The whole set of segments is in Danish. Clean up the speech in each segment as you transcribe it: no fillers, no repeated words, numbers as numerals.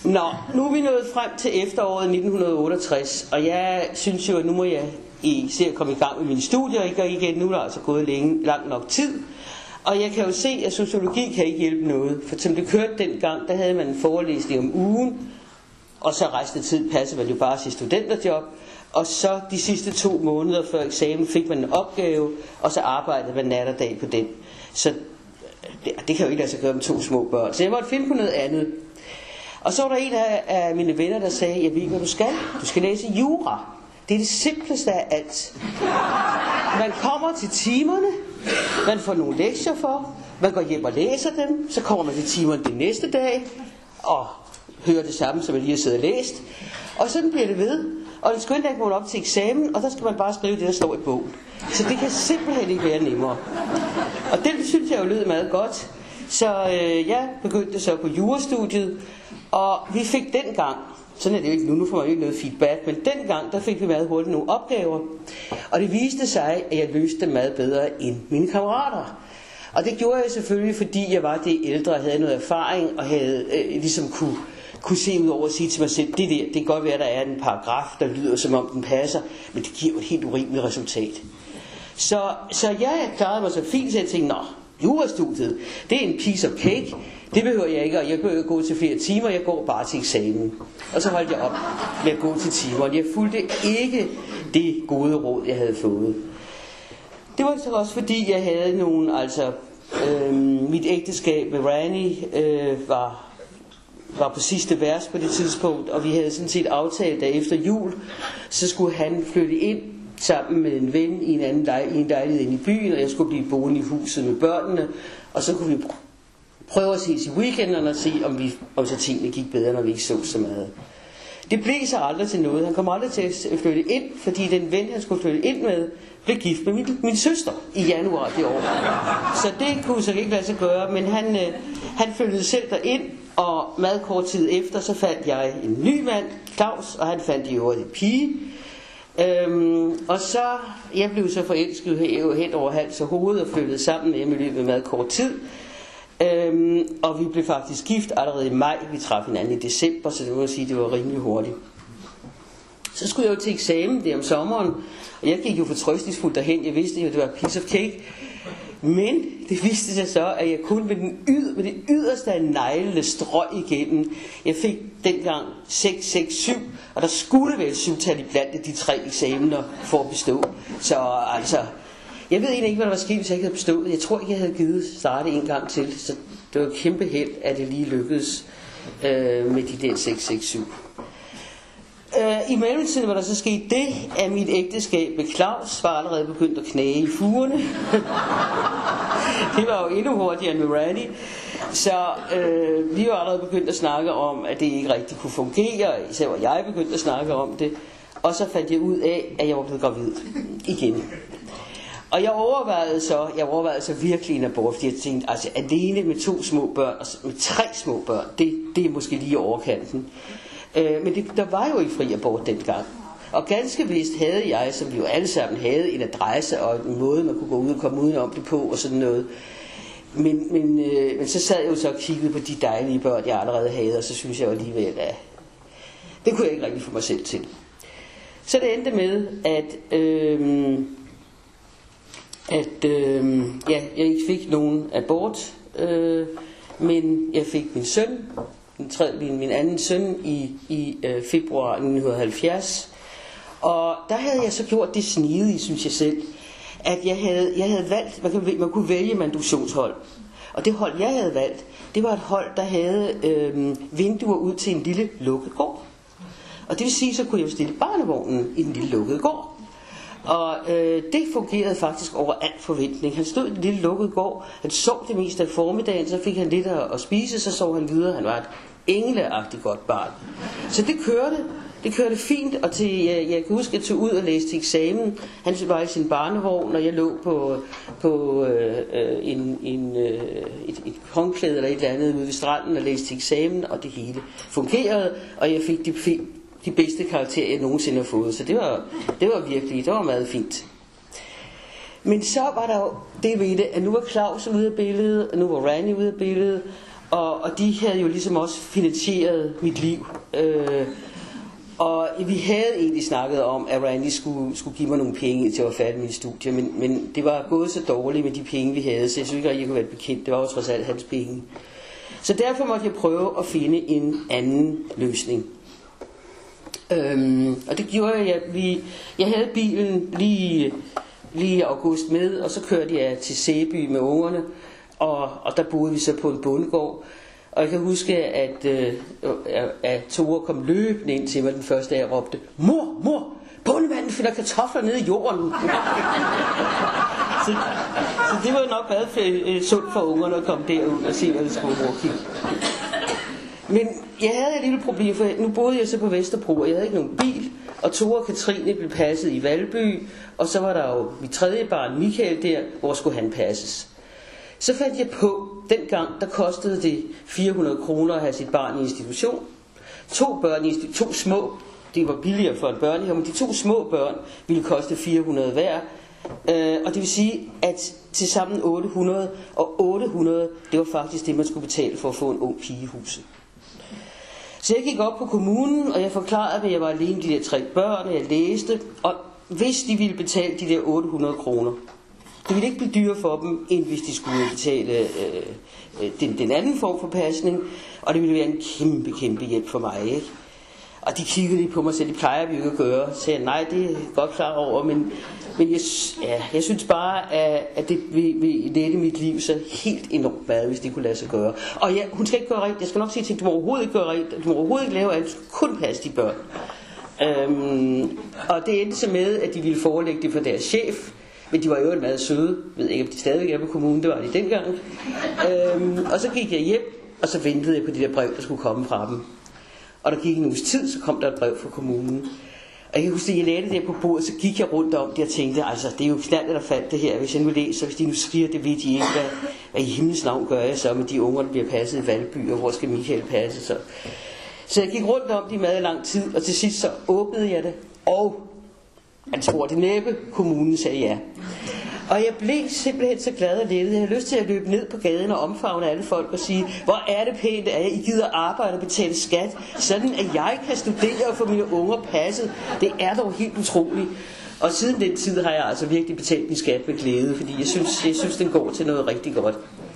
Nå, nu er vi nået frem til efteråret 1968, og jeg synes jo, at nu må jeg se at komme i gang med mine studier, og igen, nu er der altså gået lang nok tid. Og jeg kan jo se, at sociologi kan ikke hjælpe noget, for som det kørte dengang, der havde man en forelæsning om ugen, og så resten af tiden passede man jo bare sit studenterjob, og så de sidste 2 måneder før eksamen fik man en opgave, og så arbejdede man nat og dag på den. Så det kan jo ikke lade sig gøre med 2 små børn, så jeg måtte finde på noget andet. Og så var der en af mine venner, der sagde, jeg ved ikke, hvad du skal. Du skal læse jura. Det er det simpleste af alt. Man kommer til timerne, man får nogle lektier for, man går hjem og læser dem, så kommer man til timerne den næste dag, og hører det samme, som man lige har siddet og læst. Og sådan bliver det ved. Og det skønne dag kommer op til eksamen, og der skal man bare skrive det, der står i bogen. Så det kan simpelthen ikke være nemmere. Og det synes jeg jo lød meget godt. Så jeg begyndte så på jurastudiet, og vi fik dengang, sådan er det jo ikke nu får man jo ikke noget feedback, men dengang, der fik vi meget hurtigt nogle opgaver. Og det viste sig, at jeg løste dem meget bedre end mine kammerater. Og det gjorde jeg selvfølgelig, fordi jeg var det ældre, havde noget erfaring, og havde ligesom kunne se ud over at sige til mig selv, det kan godt være, at der er en paragraf, der lyder som om den passer, men det giver jo et helt urimeligt resultat. Så jeg klarede mig så fint, så jeg tænkte, jurastudiet, det er en piece of cake, det behøver jeg ikke, og jeg behøver ikke gå til flere timer, jeg går bare til eksamen. Og så holdt jeg op med at gå til timer, og jeg fulgte ikke det gode råd, jeg havde fået. Det var så også fordi, jeg havde nogle, mit ægteskab med Rani var på sidste vers på det tidspunkt, og vi havde sådan set aftalt, at efter jul, så skulle han flytte ind sammen med en ven i en lejlighed inde i byen, og jeg skulle blive boende i huset med børnene, og så kunne vi prøve at ses i weekenderne og se, om så tingene gik bedre, når vi ikke så meget. Det blev så aldrig til noget. Han kom aldrig til at flytte ind, fordi den ven, han skulle flytte ind med, blev gift med min søster i januar det år. Så det kunne så ikke lade sig gøre, men han flyttede selv derind, og meget kort tid efter, så fandt jeg en ny mand, Claus, og han fandt i øvrigt en pige. Og så, jeg blev så forelsket hen over hals og hoved og flyttede sammen med ham i løbet af meget kort tid. Og vi blev faktisk gift allerede i maj. Vi traf hinanden i december, så det må sige, det var rimelig hurtigt. Så skulle jeg jo til eksamen der om sommeren, og jeg gik jo fortrøstningsfuldt derhen. Jeg vidste jo, det var en piece of cake. Men det viste sig så, at jeg kun med det yderste af neglene strøg igennem. Jeg fik dengang 6, 6, 7, og der skulle vel 7-tal i blandt de 3 eksamener for at bestå. Så jeg ved egentlig ikke, hvad der var sket, hvis jeg ikke havde bestået. Jeg tror ikke, jeg havde givet starte en gang til, så det var kæmpe held, at det lige lykkedes med de der 6, 6, 7. I mellemtiden var der så sket det, at mit ægteskab med Claus var allerede begyndt at knage i fugerne. Det var jo endnu hurtigere end med Rani. Så vi var allerede begyndt at snakke om, at det ikke rigtig kunne fungere. Især var jeg begyndt at snakke om det. Og så fandt jeg ud af, at jeg var blevet gravid igen. Og jeg overvejede så virkelig en abort, fordi jeg tænkte, altså alene med 2 små børn, og med 3 små børn, det er måske lige overkanten. Men der var jo ikke fri abort dengang. Og ganske vist havde jeg, som vi jo alle sammen havde, en adresse og en måde, man kunne gå ud og komme udenom det på og sådan noget. Men så sad jeg jo så og kiggede på de dejlige børn, jeg allerede havde, og så synes jeg jo alligevel, at det kunne jeg ikke rigtig få mig selv til. Så det endte med, at jeg ikke fik nogen abort, men jeg fik min søn, min anden søn i februar 1970. Og der havde jeg så gjort det snedige, synes jeg selv, at jeg havde valgt, man kunne vælge manduktionshold. Og det hold, jeg havde valgt, det var et hold, der havde vinduer ud til en lille lukket gård. Og det vil sige, så kunne jeg jo stille barnevognen i den lille lukkede gård. Og det fungerede faktisk over al forventning. Han stod i den lille lukkede gård, han sov det meste af formiddagen, så fik han lidt at spise, så sov han videre. Han var et engleagtigt godt barn. Så det kørte fint, og jeg kan huske, at jeg tog ud og læste til eksamen. Han var i sin barnevogn, og jeg lå på et håndklæde eller et eller andet ude ved stranden og læste til eksamen, og det hele fungerede, og jeg fik de bedste karakterer, jeg nogensinde har fået. Så det var meget fint. Men så var der jo det ved det, at nu var Claus ude af billedet, og nu var Rani ude af billedet, Og de havde jo ligesom også finansieret mit liv. Og vi havde egentlig snakket om, at Randy skulle give mig nogle penge til at være færdig med mit studie, men det var gået så dårligt med de penge, vi havde, så jeg synes ikke, at jeg kunne være bekendt. Det var jo trods alt hans penge. Så derfor måtte jeg prøve at finde en anden løsning. Og det gjorde jeg. Jeg havde bilen lige i august med, og så kørte jeg til Sæby med ungerne, og der boede vi så på en bondegård. Og jeg kan huske, at Tore kom løbende ind til mig den første dag og råbte, mor, bondemanden finder kartofler nede i jorden. så det var jo nok været sundt for ungerne at komme derud og se, hvad det skulle bruge. Men jeg havde et lille problem, for nu boede jeg så på Vesterbro, og jeg havde ikke nogen bil, og Tore og Katrine blev passet i Valby, og så var der jo mit tredje barn, Michael, der, hvor skulle han passes. Så fandt jeg på, dengang der kostede det 400 kroner at have sit barn i institution. To små, det var billigere for en børnehave, men de 2 små børn ville koste 400 hver. Og det vil sige, at til sammen 800, og 800, det var faktisk det, man skulle betale for at få en ung pige i huset. Så jeg gik op på kommunen, og jeg forklarede, at jeg var alene med de der 3 børn, og jeg læste, og hvis de ville betale de der 800 kroner, det ville ikke blive dyrere for dem, end hvis de skulle betale den anden form for pasning, og det ville være en kæmpe hjælp for mig, ikke? Og de kiggede lige på mig, så det plejer vi jo ikke at gøre. Så jeg, nej, det er jeg godt klar over, men jeg synes bare, at det vil lette mit liv så helt enormt meget, hvis det kunne lade sig gøre. Og ja, hun skal ikke gøre rent. Jeg skal nok sige til du må overhovedet ikke gøre rent. Du må overhovedet ikke lave alt. Du skal kun passe de børn. Og det endte så med, at de ville forelægge det for deres chef. Men de var jo meget søde. Jeg ved ikke, om de stadigvæk er på kommunen. Det var de dengang. Og så gik jeg hjem, og så ventede jeg på de der brev, der skulle komme fra dem. Og der gik en uges tid, så kom der et brev fra kommunen. Og jeg kan huske, at jeg lagde det der på bordet, så gik jeg rundt om det og tænkte, altså det er jo knald, der faldt det her. Hvis jeg nu læser, hvis de nu skriver, det ved de ikke, hvad i himlens navn gør jeg så med de unger, der bliver passet i Valby, og hvor skal Michael passe så. Så jeg gik rundt om det i meget lang tid, og til sidst så åbnede jeg det, og jeg tror det næppe, kommunen sagde ja. Og jeg blev simpelthen så glad og lettet. Jeg havde lyst til at løbe ned på gaden og omfavne alle folk og sige, hvor er det pænt, at I gider arbejde og betale skat, sådan at jeg kan studere og få mine unger passet. Det er dog helt utroligt. Og siden den tid har jeg altså virkelig betalt min skat med glæde, fordi jeg synes den går til noget rigtig godt.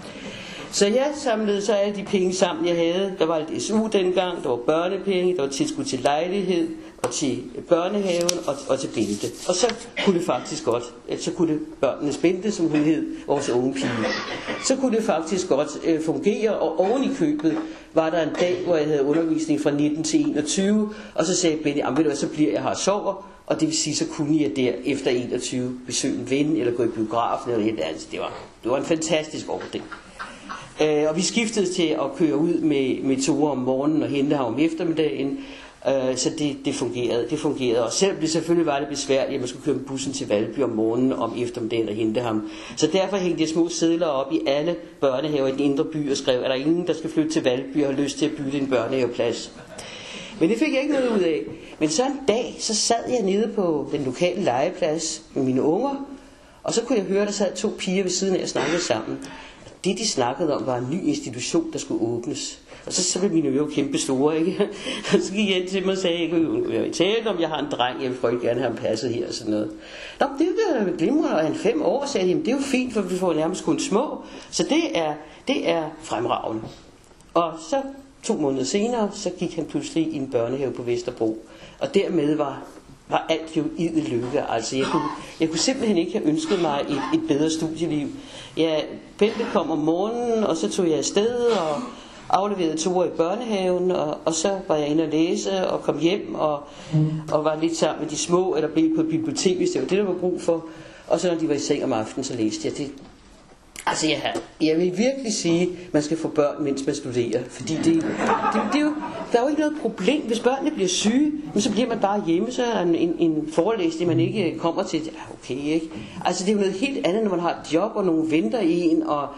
Så jeg samlede så alle de penge sammen, jeg havde. Der var lidt SU dengang, der var børnepenge, der var tilskud til lejlighed, og til børnehaven, og til Bente. Og så kunne det faktisk godt, så kunne det børnenes Bente, som hun hed, vores unge pige. Så kunne det faktisk godt fungere, og oven i købet var der en dag, hvor jeg havde undervisning fra 19 til 21, og så sagde Bente, ved du hvad, så bliver jeg her og sover, og det vil sige, så kunne jeg der efter 21 besøge en ven, eller gå i biografen, eller et eller andet. Det var en fantastisk ordning. Og vi skiftede til at køre ud med Tore om morgenen og hente ham om eftermiddagen, så det fungerede. Og selvom det selvfølgelig var det besværligt, at man skulle køre med bussen til Valby om morgenen og om eftermiddagen og hente ham. Så derfor hængte jeg små sedler op i alle børnehaver i den indre by og skrev, at der er ingen, der skal flytte til Valby og har lyst til at bytte en børnehaveplads. Men det fik jeg ikke noget ud af. Men så en dag, så sad jeg nede på den lokale legeplads med mine unger, og så kunne jeg høre, at der sad 2 piger ved siden af og snakkede sammen. Det de snakkede om var en ny institution, der skulle åbnes. Og så blev mine ører kæmpe store, ikke? Og så gik jeg ind til mig og sagde, jeg talte om, jeg har en dreng, jeg vil frygtelig gerne have ham passet her og sådan noget. Nå, det er jo glimrende, og han 5 år, sagde de, det er jo fint, for vi får nærmest kun små. Så det er fremragende. Og så 2 måneder senere, så gik han pludselig i en børnehave på Vesterbro. Og dermed var alt jo idel lykke. Altså jeg kunne simpelthen ikke have ønsket mig et bedre studieliv. Ja, Bente kom om morgenen, og så tog jeg afsted og afleverede Tore i børnehaven, og så var jeg inde og læse og kom hjem og var lidt sammen med de små, eller blev på et bibliotek, hvis det var det, der var brug for. Og så når de var i seng om aftenen, så læste jeg det. Altså jeg vil virkelig sige, at man skal få børn, mens man studerer. Fordi det er jo, der er jo ikke noget problem, hvis børnene bliver syge, men så bliver man bare hjemme, så er en forelæsning, man ikke kommer til. Ja, okay, ikke? Altså det er jo noget helt andet, når man har et job, og nogen venter i en, og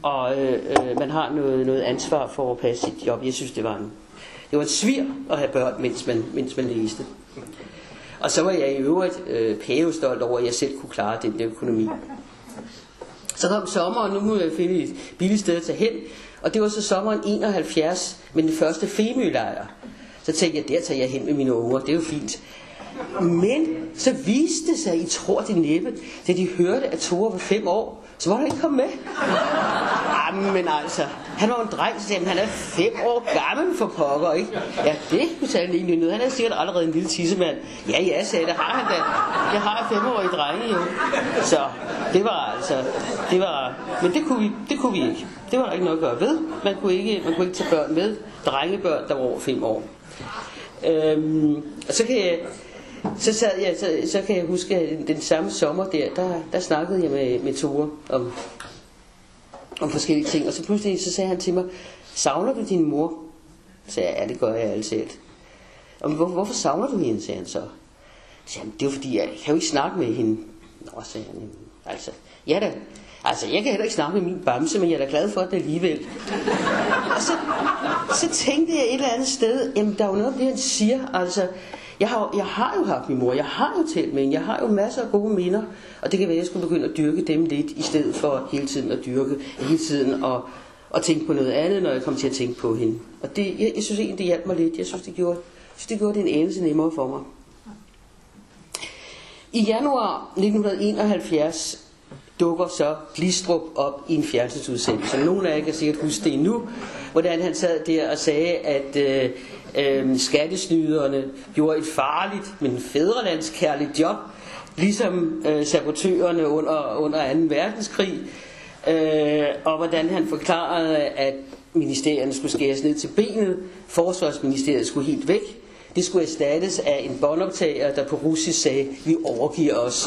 man har noget ansvar for at passe sit job. Jeg synes, det var en svir at have børn, mens man læste. Og så var jeg i øvrigt pavestolt over, at jeg selv kunne klare den der økonomi. Så kom sommer, og nu må jeg finde et billigt sted at tage hen. Og det var så sommeren 71 med den første Femølejr. Så tænkte jeg, der tager jeg hen med mine unger, det er jo fint. Men så viste det sig, I tror det næppe, da de hørte, at Tore var 5 år, så var han ikke komme med. Men altså, han var en dreng, så sagde han er 5 år gammel for pokker, ikke? Ja, det kunne tage en egentlig nød. Han er sikkert allerede en lille tissemand. Ja, sagde det har han da. Jeg har 5-årige drenge jo. Så det var altså, men det kunne vi ikke. Det var der ikke noget at gøre ved. Man kunne ikke tage børn med. Drengebørn, der var over 5 år. Og så kan jeg huske, at den samme sommer der snakkede jeg med Tore om forskellige ting, og så pludselig så sagde han til mig, savner du din mor? Så sagde jeg, ja, det gør jeg altid. Og hvorfor savner du hende, sagde han så. Så sagde han, det er fordi, jeg kan jo ikke snakke med hende. Nå, sagde han, altså, ja da. Altså, jeg kan heller ikke snakke med min bamse, men jeg er da glad for det alligevel. Og så tænkte jeg et eller andet sted, jamen der er jo noget af det, han siger, altså, jeg har jo haft min mor, jeg har jo talt med hende, jeg har jo masser af gode minder, og det kan være, at jeg skulle begynde at dyrke dem lidt, i stedet for hele tiden at dyrke, hele tiden og tænke på noget andet, når jeg kom til at tænke på hende. Og det, jeg synes egentlig, det hjalp mig lidt. Jeg synes, det gjorde det en anelse nemmere for mig. I januar 1971 dukker så Glistrup op i en fjernsynsudsendelse. Nogle af jer kan sikkert huske det endnu, hvordan han sad der og sagde, at skattesnyderne gjorde et farligt, men fædrelandskærligt job, ligesom sabotørerne under 2. verdenskrig, og hvordan han forklarede, at ministerierne skulle skæres ned til benet, forsvarsministeriet skulle helt væk, det skulle erstattes af en båndoptager, der på russisk sagde, vi overgiver os.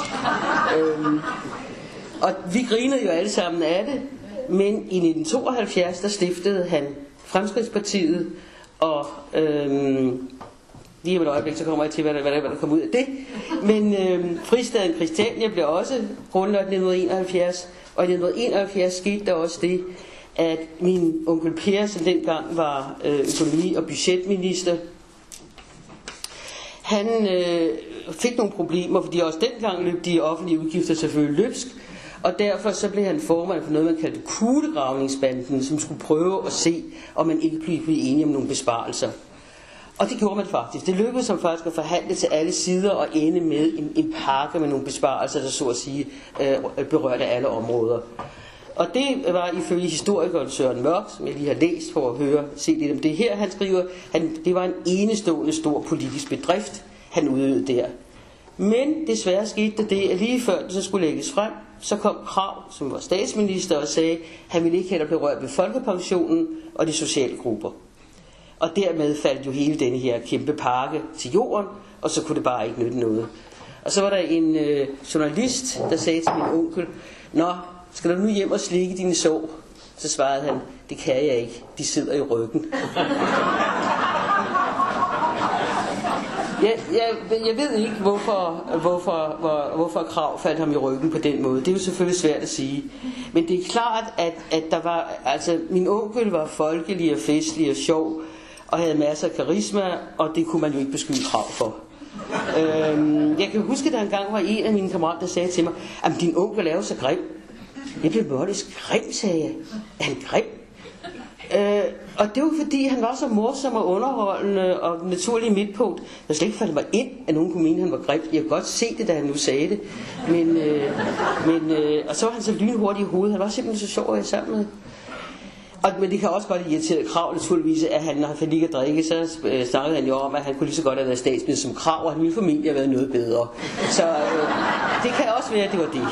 Og vi grinede jo alle sammen af det, men i 1972, der stiftede han Fremskridtspartiet, og lige om et øjeblik, så kommer jeg til, hvad der kommer ud af det. Men fristaden Christiania blev også grundlagt i 1971, og i 1971 skete der også det, at min onkel Per, som dengang var økonomi- og budgetminister, han fik nogle problemer, fordi også dengang løb de offentlige udgifter selvfølgelig løbsk, og derfor så blev han formand for noget, man kaldte Kuglegravningsbanden, som skulle prøve at se, om man ikke blev enige om nogle besparelser. Og det gjorde man faktisk. Det lykkedes ham faktisk at forhandle til alle sider og ende med en pakke med nogle besparelser, der så at sige berørte alle områder. Og det var ifølge historikeren Søren Mørk, som jeg lige har læst for at se lidt om det her, han skriver, det var en enestående stor politisk bedrift, han udøvede der. Men desværre skete der det, at lige før det så skulle lægges frem, så kom Krag, som var statsminister, og sagde, at han ville ikke heller blive rørt ved folkepensionen og de sociale grupper. Og dermed faldt jo hele denne her kæmpe pakke til jorden, og så kunne det bare ikke nytte noget. Og så var der en journalist, der sagde til min onkel, nå, skal du nu hjem og slikke dine sår? Så svarede han, det kan jeg ikke, de sidder i ryggen. Jeg ved ikke, hvorfor Krag faldt ham i ryggen på den måde. Det er jo selvfølgelig svært at sige. Men det er klart, at der var, altså min onkel var folkelig og festlig og sjov, og havde masser af karisma, og det kunne man jo ikke beskylde Krag for. Jeg kan huske, at der engang var en af mine kammerater, der sagde til mig, at din onkel er jo så grim. Jeg blev måttet grim, sagde jeg. Er han grim? Og det var fordi han var så morsom og underholdende og naturlig midtpunkt. Der slet ikke faldt mig ind, at nogen kunne mene, at han var grim. Jeg kunne godt se det, da han nu sagde det. Og så var han så lynhurtig i hovedet. Han var simpelthen så sjov at være sammen med. Men det kan også godt irritere Krag naturligvis, at han, når han fik ikke at drikke, så snakkede han jo om, at han kunne lige så godt have været statsminister som Krag, og han ville formentlig have været noget bedre. Så det kan også være, at det var det.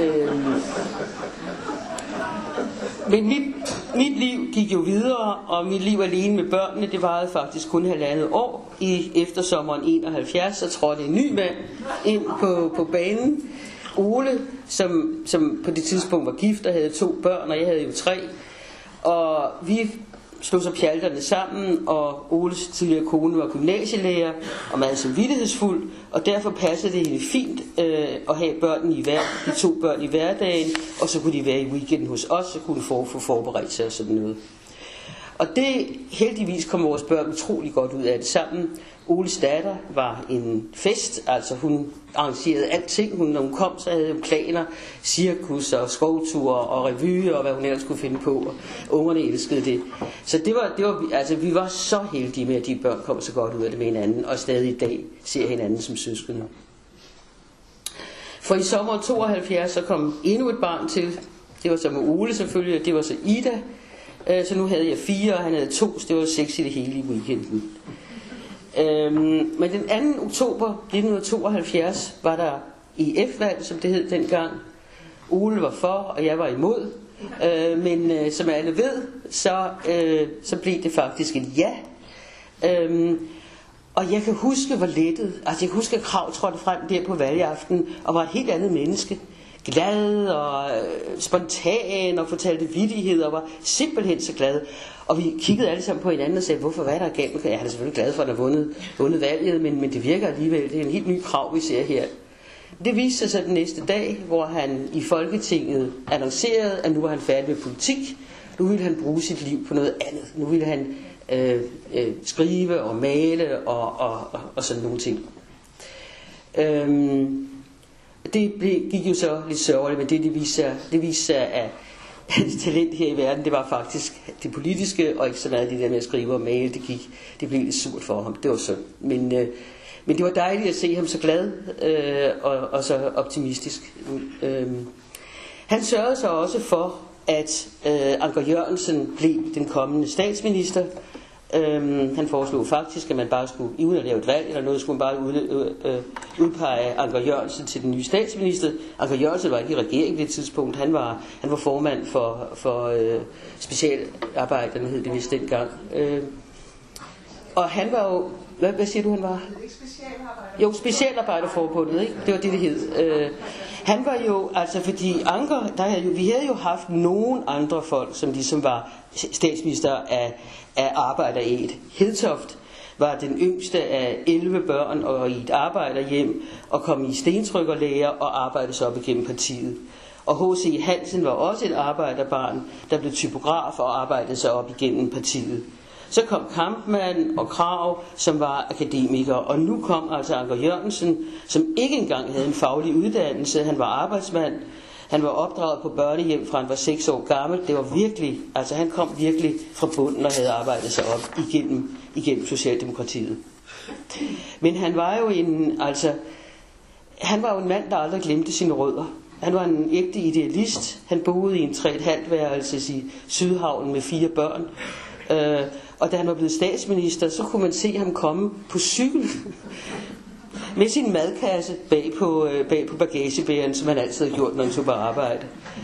Men mit liv gik jo videre, og mit liv alene med børnene, det varede faktisk kun 1,5 år. I eftersommeren 71, så trådte en ny mand ind på banen. Ole, som på det tidspunkt var gift og havde 2 børn, og jeg havde jo 3. Og vi slog så pjalterne sammen, og Oles tidligere kone var gymnasielærer og meget samvittighedsfuld, og derfor passede det hende fint at have de 2 børn i hverdagen, og så kunne de være i weekenden hos os, så kunne de få forberedt sig og sådan noget. Og det heldigvis kom vores børn utrolig godt ud af det sammen. Oles datter var en fest, altså hun arrangerede alting. Når hun kom, så havde hun planer, cirkus og skovture og revyer og hvad hun ellers kunne finde på. Og ungerne elskede det. Så altså, vi var så heldige med, at de børn kom så godt ud af det med hinanden, og stadig i dag ser hinanden som søskende. For i sommeren 72 så kom endnu et barn til. Det var så med Ole selvfølgelig, og det var så Ida. Så nu havde jeg 4, og han havde 2, så det var 6 i det hele i weekenden. Men den 2. oktober 1972 var der IF-valg, som det hed dengang. Ole var for, og jeg var imod. Men som alle ved, så blev det faktisk et ja. Og jeg kan huske, hvor lettet. Altså jeg kan huske, at Krag trådte frem der på valgaften og var et helt andet menneske. Glad og spontan og fortalte vittigheder og var simpelthen så glad. Og vi kiggede alle sammen på hinanden og sagde, hvorfor, hvad er der galt? Jeg er selvfølgelig glad for, at han har vundet valget, men det virker alligevel. Det er en helt ny Krag, vi ser her. Det viste sig så den næste dag, hvor han i Folketinget annoncerede, at nu var han færdig med politik. Nu ville han bruge sit liv på noget andet. Nu ville han skrive og male og sådan nogle ting. Det gik jo så lidt sørgeligt, men det viste sig, at hans talent her i verden, det var faktisk det politiske, og ikke så meget det der med at skrive og male. Det blev lidt surt for ham. Det var sådan. Men det var dejligt at se ham så glad og så optimistisk. Han sørgede så også for, at Anker Jørgensen blev den kommende statsminister. Han foreslog faktisk, at man bare skulle, uden at lave et valg eller noget, skulle man bare udpege Anker Jørgensen til den nye statsminister. Anker Jørgensen var ikke i regeringen på det tidspunkt. Han var formand for specialarbejderne, hed det vist dengang. Og han var jo, hvad siger du han var? Jo, specialarbejderforbundet, ikke? Det var det hed. Han var jo, altså fordi Anker, vi havde jo haft nogen andre folk, som ligesom var statsminister af arbejderæd. Hedtoft var den yngste af 11 børn og i et arbejderhjem og kom i stentrykkerlære og arbejdede sig op igennem partiet. Og H.C. Hansen var også et arbejderbarn, der blev typograf og arbejdede sig op igennem partiet. Så kom Kampmann og Krag, som var akademikere, og nu kom altså Anker Jørgensen, som ikke engang havde en faglig uddannelse. Han var arbejdsmand. Han var opdraget på børnehjem fra han var 6 år gammel. Det var virkelig, altså han kom virkelig fra bunden og havde arbejdet sig op igennem Socialdemokratiet. Men han var jo en mand, der aldrig glemte sine rødder. Han var en ægte idealist. Han boede i en 3,5-værelses i Sydhavnen med 4 børn. Og da han var blevet statsminister, så kunne man se ham komme på cykel med sin madkasse bag på bagagebæreren, som han altid havde gjort, når han tog på arbejde.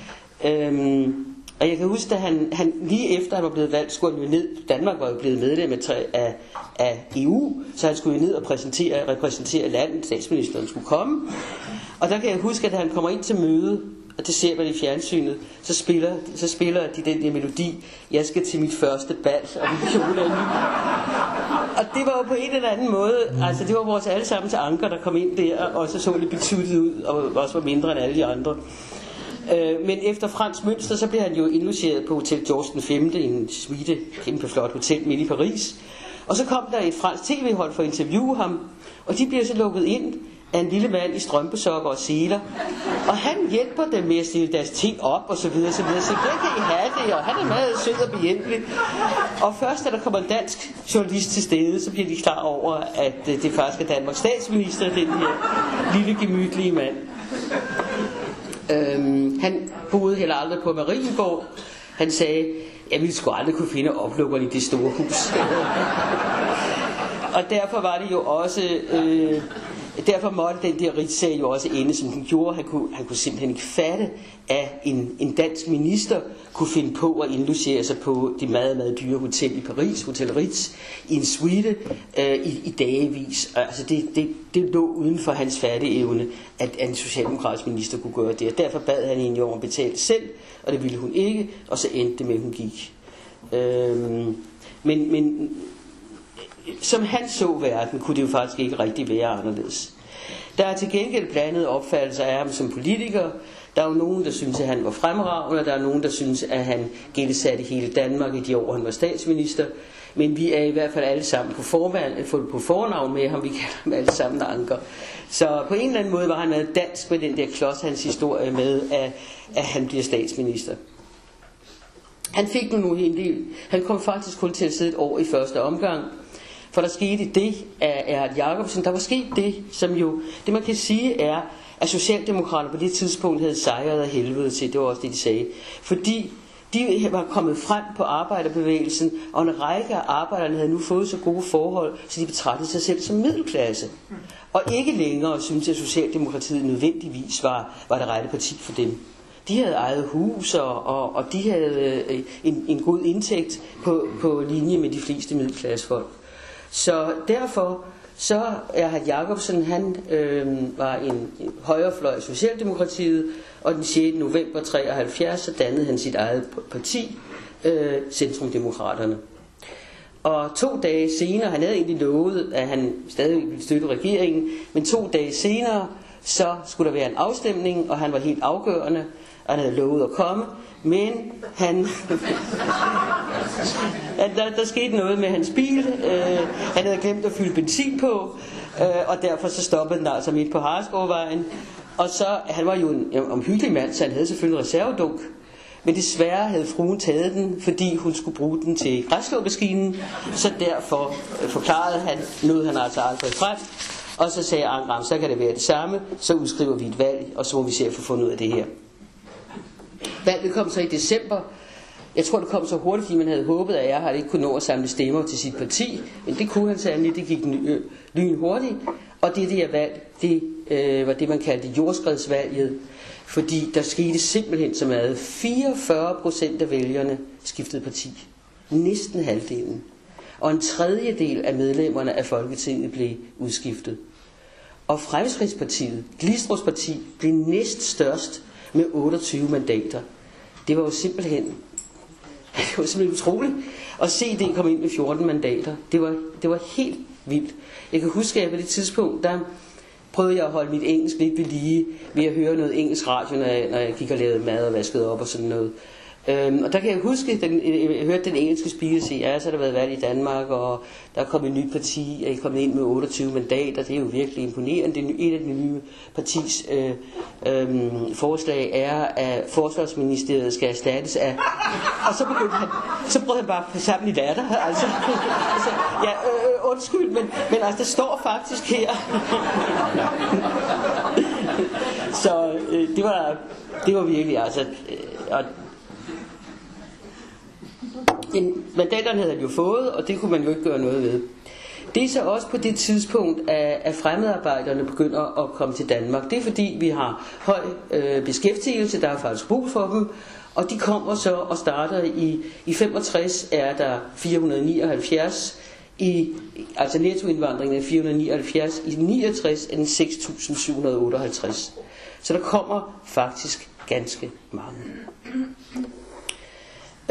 Og jeg kan huske, at han lige efter han var blevet valgt, skulle han jo ned. Danmark var jo blevet medlem af EU, så han skulle jo ned og repræsentere landet. Statsministeren skulle komme. Og der kan jeg huske, at han kommer ind til møde, og det ser man i fjernsynet, så spiller de den der melodi, jeg skal til mit første bal, og min kjole er ny. Og det var jo på en eller anden måde, altså det var vores allesammens Anker, der kom ind der, og så lidt betuttet ud, og også var mindre end alle de andre. Men efter fransk mønster, så blev han jo indlogeret på Hotel George V, en suite, kæmpe flot hotel midt i Paris. Og så kom der et fransk tv-hold for at interviewe ham, og de blev så lukket ind af en lille mand i strømpesokker og seler. Og han hjælper dem med at stille deres ting op og så videre, så der kan I have det, og han er meget sød og behjælpelig. Og først da der kommer en dansk journalist til stede, så bliver de klar over, at det faktisk er Danmarks statsminister, den her lille gemytlige mand. Han boede heller aldrig på Marienborg. Han sagde, jeg ville sgu aldrig kunne finde oplukkerne i det store hus. Og derfor var det jo også... Derfor måtte den der retssag jo også ende, som den gjorde. Han kunne simpelthen ikke fatte, at en dansk minister kunne finde på at indlogere sig på det meget, meget dyre hotel i Paris, Hotel Ritz, i en suite i dagevis. Altså det lå uden for hans fatteevne, at en socialdemokratisk minister kunne gøre det. Og derfor bad han hende jo om at betale selv, og det ville hun ikke, og så endte det med, at hun gik. Men som han så verden, kunne det jo faktisk ikke rigtig være anderledes. Der er til gengæld blandede opfattelser af ham som politiker. Der er jo nogen, der synes, at han var fremragende, og der er nogen, der synes, at han gældesatte hele Danmark i de år, han var statsminister. Men vi er i hvert fald alle sammen på fornavn med ham, vi kalder ham alle sammen Anker. Så på en eller anden måde var han meget dansk med den der klods, hans historie med, at han bliver statsminister. Han fik nu en del. Han kom faktisk kun til at sidde et år i første omgang. For der skete det af Erhard Jacobsen. Der var sket det, som jo, det man kan sige er, at Socialdemokraterne på det tidspunkt havde sejret af helvede til. Det var også det, de sagde. Fordi de var kommet frem på arbejderbevægelsen, og en række af arbejderne havde nu fået så gode forhold, så de betragtede sig selv som middelklasse. Og ikke længere syntes, at Socialdemokratiet nødvendigvis var det rette parti for dem. De havde eget hus, og de havde en god indtægt på linje med de fleste middelklassefolk. Så derfor så Erhard Jacobsen, han var en højrefløj i Socialdemokratiet, og den 6. november 73 så dannede han sit eget parti, Centrumdemokraterne. Og 2 dage senere, han havde egentlig lovet, at han stadig ville støtte regeringen, men 2 dage senere, så skulle der være en afstemning, og han var helt afgørende, og han havde lovet at komme, men der skete noget med hans bil. Han havde glemt at fylde benzin på, og derfor så stoppede den altså midt på Hareskovvejen. Og så, han var jo en omhyggelig mand, så han havde selvfølgelig en reservedunk. Men desværre havde fruen taget den, fordi hun skulle bruge den til græsslåmaskinen. Så derfor forklarede han, nåede han altså aldrig frem. Og så sagde Angram, så kan det være det samme, så udskriver vi et valg, og så må vi se at få fundet ud af det her. Valget kom så i december. Jeg tror, det kom så hurtigt, fordi man havde håbet, at Erhard ikke kunne nå at samle stemmer til sit parti. Men det kunne han sandelig, det gik lyn hurtigt. Og det der valg, det var det, man kaldte jordskredsvalget. Fordi der skete simpelthen så meget. 44% af vælgerne skiftede parti. Næsten halvdelen. Og en tredjedel af medlemmerne af Folketinget blev udskiftet. Og Fremskridtspartiet, Glistrups parti, blev næststørst med 28 mandater. Det var jo simpelthen utroligt at se det komme ind med 14 mandater. Det var helt vildt. Jeg kan huske, at på det tidspunkt, der prøvede jeg at holde mit engelsk lidt ved lige, ved at høre noget engelsk radio, når jeg gik og lavede mad og vaskede op og sådan noget. Og der kan jeg huske, jeg hørte den engelske speaker sige, ja, så har der været valg i Danmark, og der er kommet et nyt parti, og I er kommet ind med 28 mandater, det er jo virkelig imponerende. Et af de nye partis forslag er, at forsvarsministeriet skal erstattes af... Og så prøvede han bare at forsamle i latter, altså ja, undskyld, men altså, der står faktisk her. Så det var virkelig, altså... Mandaterne havde han jo fået, og det kunne man jo ikke gøre noget ved. Det er så også på det tidspunkt, at fremmedarbejderne begynder at komme til Danmark. Det er fordi, vi har høj beskæftigelse, der er faktisk brug for dem, og de kommer så og starter i 65 er der 479, altså nettoindvandringen er 479, i 69 er den 6.758. Så der kommer faktisk ganske mange. I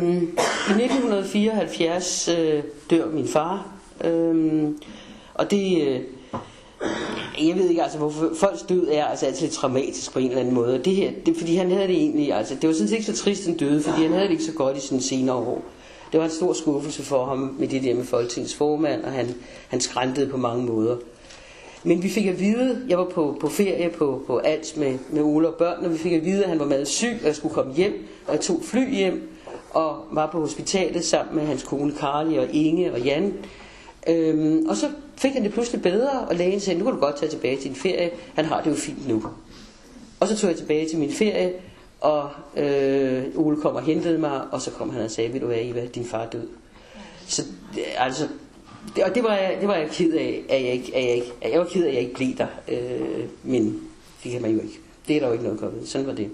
1974 dør min far, og det, jeg ved ikke altså hvorfor, folks død er altså altid lidt traumatisk på en eller anden måde. Det her, fordi han havde det egentlig, altså det var sådan set ikke så trist han døde, fordi han havde det ikke så godt i sine senere år. Det var en stor skuffelse for ham med det der med Folketingets formand, og han skræntede på mange måder. Men vi fik at vide, jeg var på ferie på Als med Ole og børn, og vi fik at vide, at han var meget syg, og jeg skulle komme hjem, og jeg tog fly hjem, og var på hospitalet sammen med hans kone Karli og Inge og Jan. Og så fik han det pludselig bedre, og lægen sagde, nu kan du godt tage tilbage til din ferie, han har det jo fint nu. Og så tog jeg tilbage til min ferie, og Ole kom og hentede mig, og så kom han og sagde, ved du hvad, Eva, din far død. Så altså, det var jeg ked af, jeg var ked af, at jeg ikke blev der, men det kan man jo ikke. Det er der jo ikke noget kommet. Sådan var det.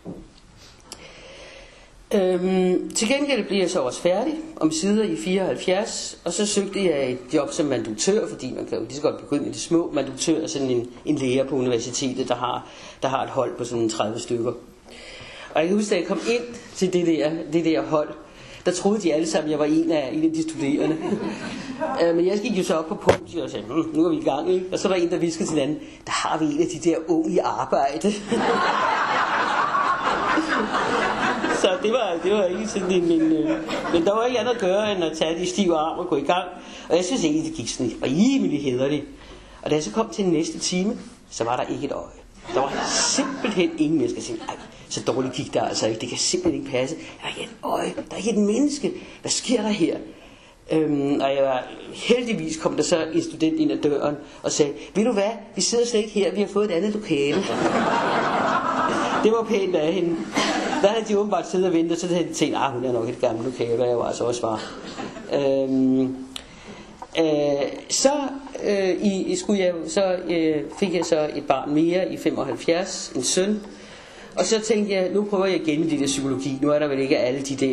Til gengæld blev jeg så også færdig om sider i 74, og så søgte jeg et job som manduktør, fordi man kan jo lige så godt begynde med de små. Manduktør er sådan en lærer på universitetet, der har et hold på sådan 30 stykker. Og jeg kan huske, da jeg kom ind til det der hold, der troede de alle sammen, at jeg var en af de studerende. Men jeg gik jo så op på podiet og sagde, nu er vi i gang, ikke? Og så var der en, der viskede til den anden, der har vi en af de der unge i arbejde. Så det var ikke sådan men der var ikke andet at gøre, end at tage de stive arm og gå i gang. Og jeg synes egentlig, det gik sådan rimelig hæderligt. Og da jeg så kom til den næste time, så var der ikke et øje. Der var simpelthen ingen mennesker, der tænkte, ej, så dårligt gik der altså ikke. Det kan simpelthen ikke passe. Der er ikke et øje, der er ikke et menneske. Hvad sker der her? Og jeg var, heldigvis kom der så en student ind ad døren og sagde, ved du hvad, vi sidder slet ikke her, vi har fået et andet lokale. Det var pænt af hende. Der havde de åbenbart siddet og ventet, så havde de tænkt, hun er nok et gammelt lokale, og jeg var altså også var. Fik jeg så et barn mere i 75, en søn. Og så tænkte jeg, nu prøver jeg igen med det der psykologi. Nu er der vel ikke alle de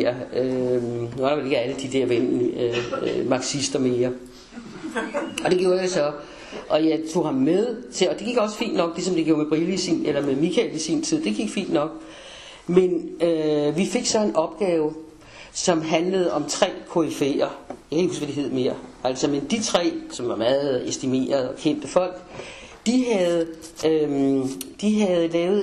der, marxister mere. Og det gjorde jeg så. Og jeg tog ham med til, og det gik også fint nok, ligesom det gjorde med Brille i sin, eller med Michael i sin tid. Det gik fint nok. Men vi fik så en opgave, som handlede om 3 koryfæer. Jeg kan ikke huske, hvad de hed mere. Altså, men de 3, som var meget estimerede og kendte folk, de havde lavet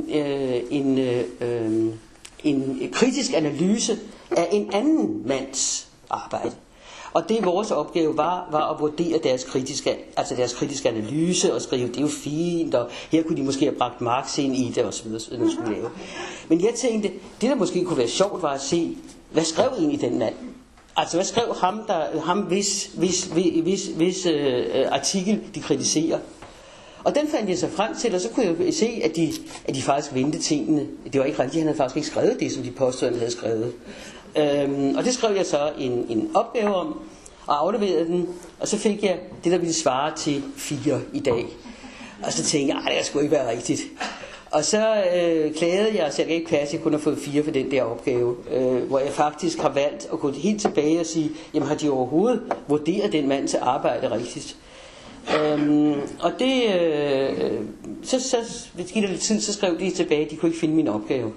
en kritisk analyse af en anden mands arbejde. Og det vores opgave var at vurdere deres kritiske analyse og skrive, det er jo fint, og her kunne de måske have bragt Marx ind i det og så videre, så de skulle lave. Men jeg tænkte, det der måske kunne være sjovt var at se, hvad skrev egentlig den mand? Altså hvad skrev ham hvis artikel de kritiserer? Og den fandt jeg så frem til, og så kunne jeg se, at de faktisk vendte tingene. Det var ikke rigtigt, han havde faktisk ikke skrevet det, som de påstod, han havde skrevet. Og det skrev jeg så en opgave om, og afleverede den, og så fik jeg det, der ville svare til 4 i dag. Og så tænkte jeg, det kan sgu ikke være rigtigt. Og så klagede jeg, så jeg ikke plads, jeg kun har fået 4 for den der opgave, hvor jeg faktisk har valgt at gå helt tilbage og sige, jamen har de overhovedet vurderet den mand til arbejde rigtigt? Og det så gik der lidt tid, så skrev de tilbage, de kunne ikke finde min opgave.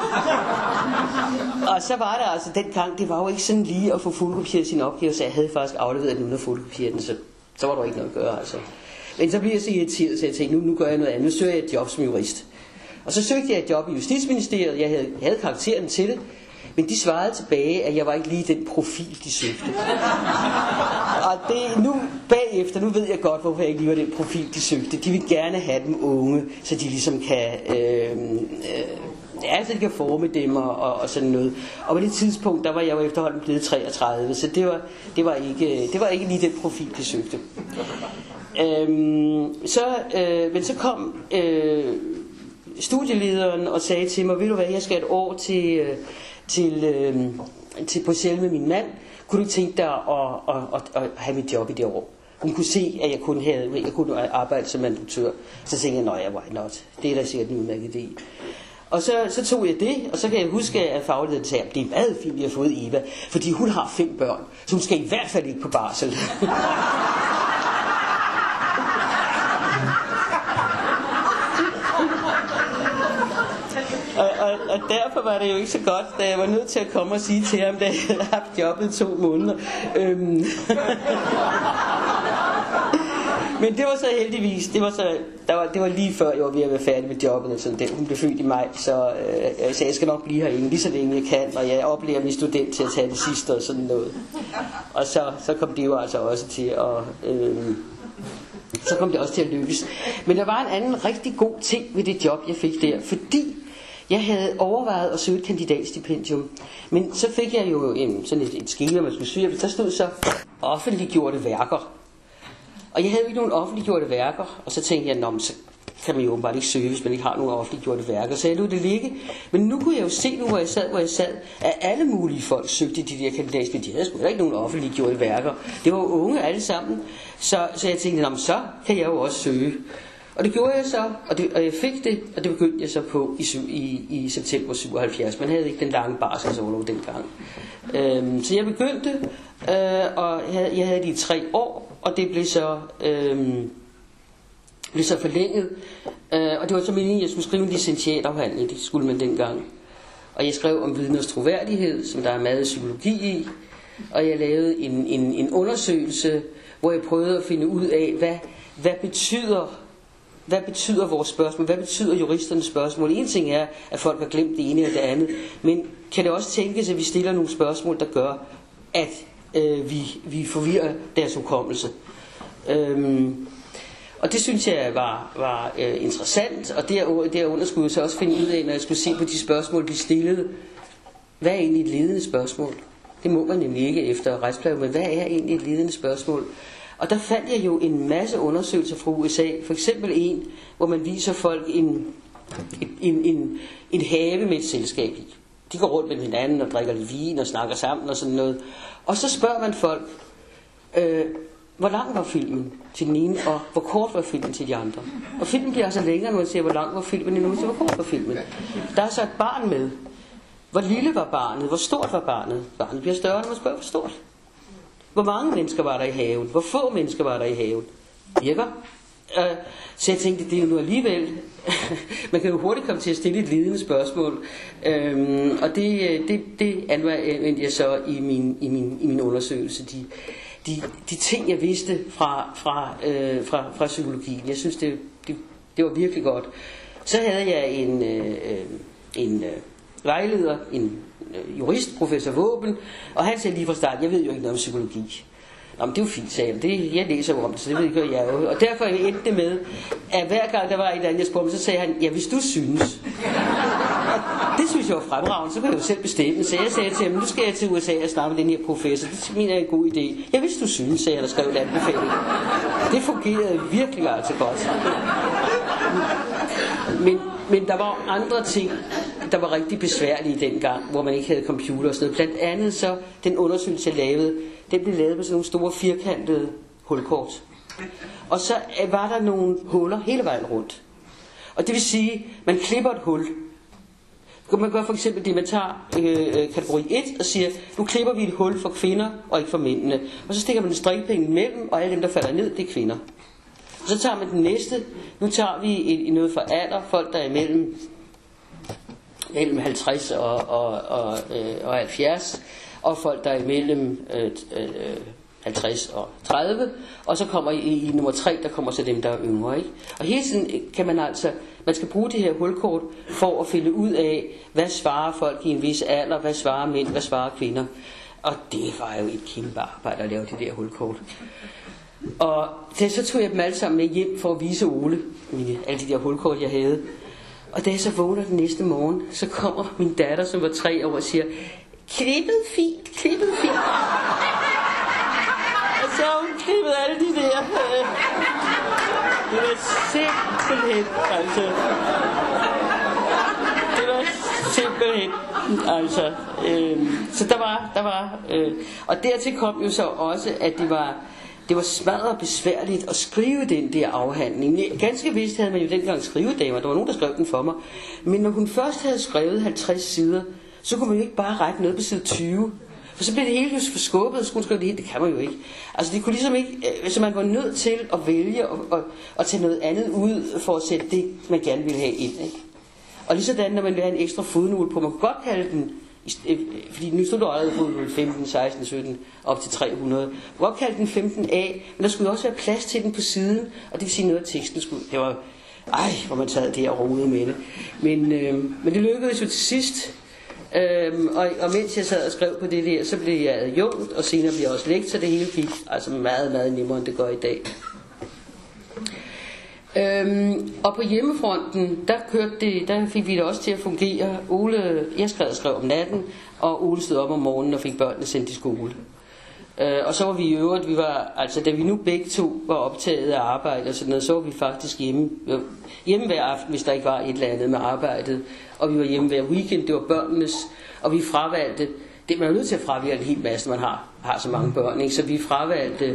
Og så var der altså dengang, det var jo ikke sådan lige at få fotokopieret sin opgave, så jeg havde faktisk afleveret den uden at fotokopiere den, så var der ikke noget at gøre altså. Men så blev jeg så irriteret, så jeg tænkte, nu gør jeg noget andet, nu søger jeg et job som jurist. Og så søgte jeg et job i Justitsministeriet, jeg havde karakteren til det, men de svarede tilbage, at jeg var ikke lige den profil, de søgte. Og det nu bagefter, nu ved jeg godt, hvorfor jeg ikke lige var den profil, de søgte. De vil gerne have dem unge, så de ligesom kan, så de kan forme dem og sådan noget. Og på det tidspunkt, der var jeg jo efterhånden blevet 33, så det var ikke lige den profil, de søgte. Men så kom studielederen og sagde til mig, ved du hvad, jeg skal et år til Bruxelles med min mand. Kunne du tænke dig at have mit job i det år? Hun kunne se, at jeg kunne arbejde som instruktør. Så tænkte jeg, why not? Det er da sikkert en udmærket idé. Og så tog jeg det, og så kan jeg huske, at fagligheden sagde, at det er meget fint, vi har fået Eva, fordi hun har 5 børn, så hun skal i hvert fald ikke på barsel. Og derfor var det jo ikke så godt, da jeg var nødt til at komme og sige til ham, da jeg havde haft jobbet 2 måneder. Men det var så heldigvis, det var lige før jeg var ved at være færdig med jobbet. Og sådan. Hun blev født i maj, så jeg skal nok blive herinde lige så længe jeg kan, og jeg oplever min student til at tage det sidste og sådan noget. Og så kom det jo altså også til at lykkes. Men der var en anden rigtig god ting ved det job, jeg fik der, fordi jeg havde overvejet at søge et kandidatstipendium, men så fik jeg jo sådan et skema, man skulle søge, og der stod så offentliggjorte værker. Og jeg havde jo ikke nogen offentliggjorte værker, og så tænkte jeg, så kan man jo åbenbart ikke søge, hvis man ikke har nogen offentliggjorte værker. Så jeg lod det ligge. Men nu kunne jeg jo se, hvor jeg sad, at alle mulige folk søgte de der kandidatstipendier. De havde sgu ikke nogen offentliggjorte værker. Det var jo unge alle sammen. Så jeg tænkte, så kan jeg jo også søge. Og det gjorde jeg så, og jeg fik det, og det begyndte jeg så på i september 77. Man havde ikke den lange barselsorlov dengang. Så jeg begyndte, og jeg havde det i 3 år, og det blev så forlænget. Og det var så meningen, at jeg skulle skrive en licentiatafhandling, det skulle man dengang. Og jeg skrev om vidners troværdighed, som der er meget psykologi i. Og jeg lavede en undersøgelse, hvor jeg prøvede at finde ud af, hvad betyder hvad betyder vores spørgsmål? Hvad betyder juristernes spørgsmål? En ting er, at folk har glemt det ene eller det andet, men kan det også tænkes, at vi stiller nogle spørgsmål, der gør, at vi forvirrer deres hukommelse? Og det synes jeg var interessant, og derunder skulle jeg så også finde ud af, når jeg skulle se på de spørgsmål, vi stillede. Hvad er egentlig et ledende spørgsmål? Det må man nemlig ikke efter retspleje, men hvad er egentlig et ledende spørgsmål? Og der fandt jeg jo en masse undersøgelser fra USA, for eksempel en, hvor man viser folk en have med et selskab i. De går rundt med hinanden og drikker lidt vin og snakker sammen og sådan noget. Og så spørger man folk, hvor lang var filmen til den ene, og hvor kort var filmen til de andre. Og filmen bliver altså længere, når man siger, hvor lang var filmen, end når man siger, hvor kort var filmen. Der er så et barn med. Hvor lille var barnet? Hvor stort var barnet? Barnet bliver større, når man spørger, hvor stort. Hvor mange mennesker var der i haven? Hvor få mennesker var der i haven? Virker? Så jeg tænkte, det er jo nu alligevel. Man kan jo hurtigt komme til at stille et ledende spørgsmål. Og det anvendte jeg så i min undersøgelse. De ting, jeg vidste fra psykologien. Jeg synes, det var virkelig godt. Så havde jeg en vejleder, en jurist, professor Våben, og han sagde lige fra starten, jeg ved jo ikke noget om psykologi. Nå, men det er jo fint, sagde han. Jeg læser jo om det, så det ved ikke, hvad jeg jo. Og derfor endte det med, at hver gang der var et eller andet, jeg spurgte, så sagde han, ja, hvis du synes. Det synes jeg var fremragende, så kan jeg jo selv bestemme. Så jeg sagde til ham, nu skal jeg til USA og snakke med den her professor. Det mener jeg er en god idé. Ja, hvis du synes, sagde jeg, der skrev en anbefaling. Det fungerede virkelig altså godt. Men der var andre ting, der var rigtig besværlige dengang, hvor man ikke havde computer og sådan noget. Blandt andet så, den undersøgelse jeg lavede, den blev lavet med sådan nogle store firkantede hulkort. Og så var der nogle huller hele vejen rundt. Og det vil sige, man klipper et hul. Man gør for eksempel det, man tager kategori 1 og siger, nu klipper vi et hul for kvinder og ikke for mændene. Og så stikker man en strikpind imellem, og alle dem, der falder ned, det er kvinder. Og så tager man den næste. Nu tager vi noget for alder, folk der er mellem 50 og 70, og folk der er mellem 50 og 30, og så kommer i nummer 3, der kommer så dem, der er yngre. Ikke? Og hele tiden kan man skal bruge det her hulkort for at finde ud af, hvad svarer folk i en vis alder, hvad svarer mænd, hvad svarer kvinder. Og det var jo et kæmpe arbejde at lave det der hulkort. Og så tog jeg dem alle sammen med hjem for at vise Ole, alle de der hulkort, jeg havde. Og da jeg så vågner den næste morgen, så kommer min datter, som var 3 år, og siger, klippet fint, klippet fint. Og så hun klippet alle de der. Det var simpelthen, altså. Det var simpelthen, altså. Så der var og dertil kom jo så også, at det var smadret besværligt at skrive den der afhandling. Ganske vist havde man jo dengang skrivedamer, der var nogen, der skrev den for mig. Men når hun først havde skrevet 50 sider, så kunne man jo ikke bare række noget på side 20. For så blev det hele just forskubbet, og så kunne skrive det hele. Det kan man jo ikke. Altså det kunne ligesom ikke, så man var nødt til at vælge og tage noget andet ud, for at sætte det, man gerne ville have ind. Ikke? Og lige sådan, når man ville have en ekstra fodnote på, man kunne godt kalde den, fordi nu stod der allerede på 15, 16, 17, op til 300. Man kunne godt kalde den 15A, men der skulle også være plads til den på siden, og det vil sige noget af teksten skulle, det var, hvor man sad der og rodede med det. Men det lykkedes jo til sidst, og mens jeg sad og skrev på det der, så blev jeg adjunkt, og senere blev jeg også lektor. Det hele gik altså meget, meget nemmere, end det gør i dag. Og på hjemmefronten, der fik vi det også til at fungere. Jeg skrev om natten, og Ole stod op om morgenen og fik børnene sendt i skole. Og så var vi i øvrigt, da vi nu begge to var optaget af arbejde og sådan noget, så var vi faktisk hjemme hver aften, hvis der ikke var et eller andet med arbejdet. Og vi var hjemme hver weekend, det var børnenes, og vi fravalgte, man er jo nødt til at fravalge en hel masse, når man har så mange børn, ikke? Så vi fravalgte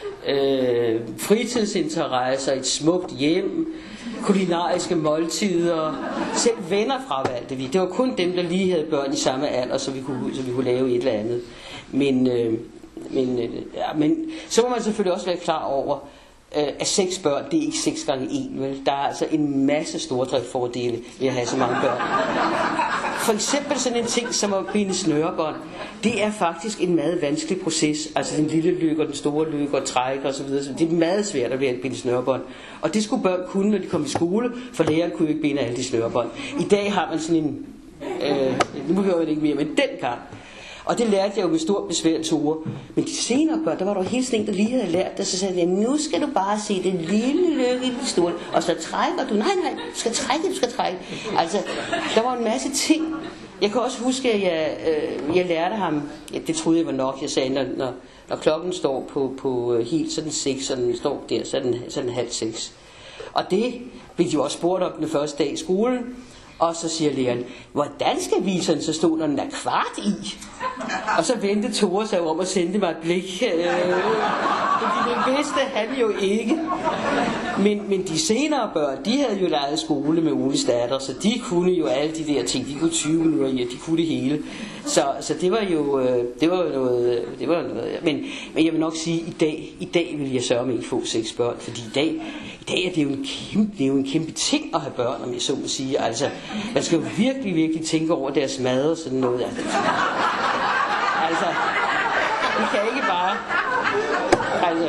fritidsinteresser, et smukt hjem, kulinariske måltider, selv venner fravalgte vi. Det var kun dem, der lige havde børn i samme alder, så vi kunne lave et eller andet. Men så må man selvfølgelig også være klar over, at 6 børn, det er ikke 6 gange 1, vel? Der er altså en masse stordriftfordele ved at have så mange børn. For eksempel sådan en ting som at binde snørebånd. Det er faktisk en meget vanskelig proces. Altså den lille lykke og den store lykke og træk og så videre. Så det er meget svært at binde snørebånd. Og det skulle børn kunne, når de kom i skole, for læreren kunne jo ikke binde alle de snørebånd. I dag har man sådan en... nu hører jeg det ikke mere, men dengang. Og det lærte jeg jo med stor besvær Tore. Men de senere børn, der var der jo helt sådan en, der lige havde lært det. Så sagde jeg, nu skal du bare se den lille lykke i den store. Og så trækker du. Nej, du skal trække. Altså, der var en masse ting. Jeg kan også huske, at jeg lærte ham, ja, det troede jeg var nok, jeg sagde, når klokken står på helt sådan 6, og den står der, så er den halv 6. Og det blev de jo også spurgt om den første dag i skolen. Og så siger læreren, hvordan skal viseren så stå, når den er kvart i? Og så vendte Tore sig om og sendte mig et blik. Fordi det vidste han jo ikke. Men de senere børn, de havde jo leget skole med Oles datter, så de kunne jo alle de der ting. De kunne 20 minutter i, og de kunne det hele. Så det var jo noget. Men jeg vil nok sige, i dag vil jeg sørge med at få 6 børn, fordi i dag er det jo en kæmpe ting at have børn, om jeg så må sige. Altså, man skal jo virkelig tænke over deres mad og sådan noget. Altså, vi kan ikke bare... Altså,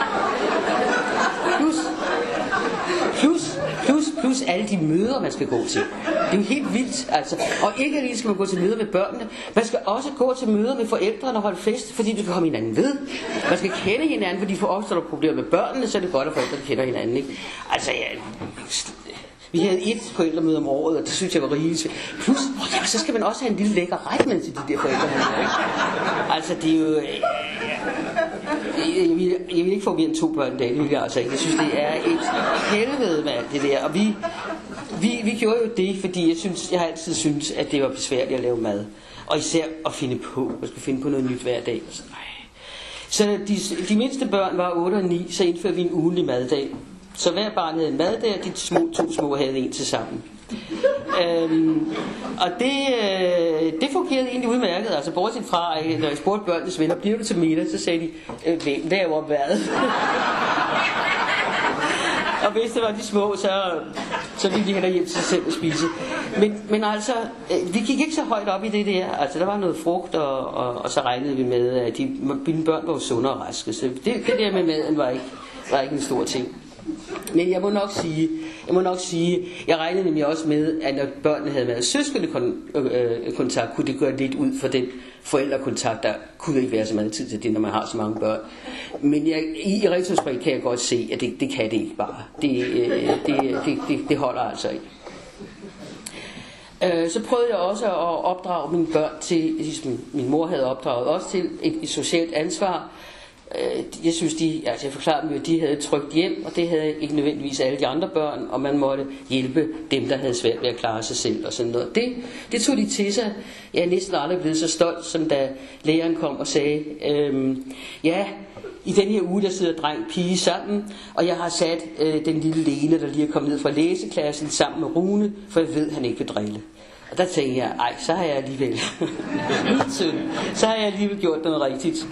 plus alle de møder, man skal gå til. Det er jo helt vildt, altså. Og ikke alene skal man gå til møder med børnene, man skal også gå til møder med forældrene og holde fest, fordi du kan komme hinanden ved. Man skal kende hinanden, fordi for opstår der problemer med børnene, så er det godt, at forældrene kender hinanden, ikke? Altså, vi havde et forældremøde om året, og det synes jeg var rigeligt. Plus, så skal man også have en lille lækker retmand til de der forældremøder, ikke? Altså, det er jo... Jeg vil ikke få mere end 2 børn i dag, det vil jeg altså ikke. Jeg synes, det er et helvede med alt det der. Og vi gjorde jo det, fordi jeg har altid syntes, at det var besværligt at lave mad. Og især at finde på. Man skulle finde på noget nyt hver dag. Så de mindste børn var 8 og 9, så indførte vi en ugenlig maddag. Så hver barn havde en maddag, og de 2 små havde en til sammen. Og det fungerede egentlig udmærket. Altså bortset fra, når jeg spurgte børnenes venner, bliver du til middag, så sagde de, hvad var hvad? Og hvis det var de små, så ville de hellere hjem til sig selv at spise. Men altså, vi gik ikke så højt op i det der. Altså der var noget frugt, og så regnede vi med, at mine børn var sunde og raske. Så det der med maden var ikke en stor ting. Men jeg må nok sige, jeg regnede nemlig også med, at når børnene havde været søskendekontakt, kunne det gøre lidt ud for den forældrekontakt. Der kunne ikke være så meget tid til det, når man har så mange børn. Men i retrospekt kan jeg godt se, at det kan det ikke bare. Det holder altså ikke. Så prøvede jeg også at opdrage mine børn til, ligesom min mor havde opdraget også til, et socialt ansvar. Jeg synes jeg forklarede dem jo, at de havde et trygt hjem, og det havde ikke nødvendigvis alle de andre børn, og man måtte hjælpe dem, der havde svært ved at klare sig selv og sådan noget. Det tog de til sig. Jeg er næsten aldrig blevet så stolt, som da læreren kom og sagde, i den her uge, der sidder dreng og pige sammen, og jeg har sat den lille Lene, der lige er kommet ned fra læseklassen, sammen med Rune, for jeg ved, han ikke vil drille. Og der tænkte jeg, så har jeg alligevel så har jeg alligevel gjort noget rigtigt.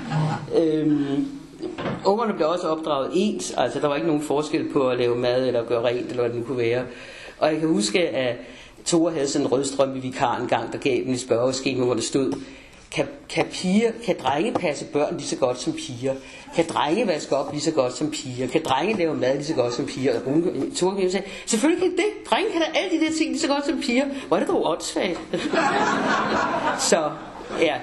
Ungerne blev også opdraget ens, altså der var ikke nogen forskel på at lave mad eller at gøre rent, eller hvad det nu kunne være. Og jeg kan huske, at Tore havde sådan en rødstrømpe vikar en gang, der gav dem et spørgeskema, hvor der stod, kan drenge passe børn lige så godt som piger? Kan drenge vaske op lige så godt som piger? Kan drenge lave mad lige så godt som piger? Og Tore sagde, selvfølgelig kan det. Drenge kan da alle de der ting lige så godt som piger. Hvor er det dog åndssvagt? Så, ja.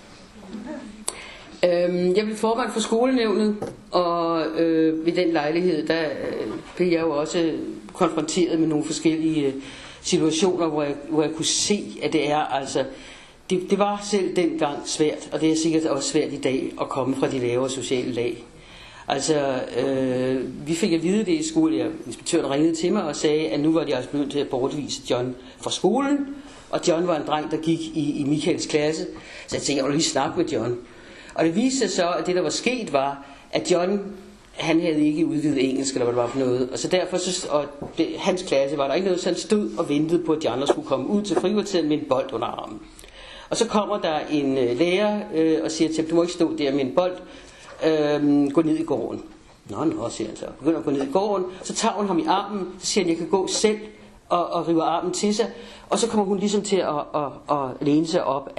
Jeg blev formand for skolenævnet, og ved den lejlighed, der blev jeg jo også konfronteret med nogle forskellige situationer, hvor jeg kunne se, at det er altså... Det var selv dengang svært, og det er sikkert også svært i dag at komme fra de lavere sociale lag. Altså, vi fik at vide det i skole, inspektøren ringede til mig og sagde, at nu var de altså nødt til at bortvise John fra skolen, og John var en dreng, der gik i Michaels klasse, så jeg tænkte, jeg ville lige snakke med John. Og det viste sig så, at det der var sket var, at John, han havde ikke udvidet engelsk, eller hvad det var for noget, og så derfor, hans klasse var der ikke noget, så han stod og ventede på, at de andre skulle komme ud til frikvarteret med en bold under armen. Og så kommer der en lærer og siger til ham, du må ikke stå der med en bold, gå ned i gården. Nå, siger han så. Begynder at gå ned i gården, så tager hun ham i armen, så siger han, jeg kan gå selv, og river armen til sig, og så kommer hun ligesom til at læne sig op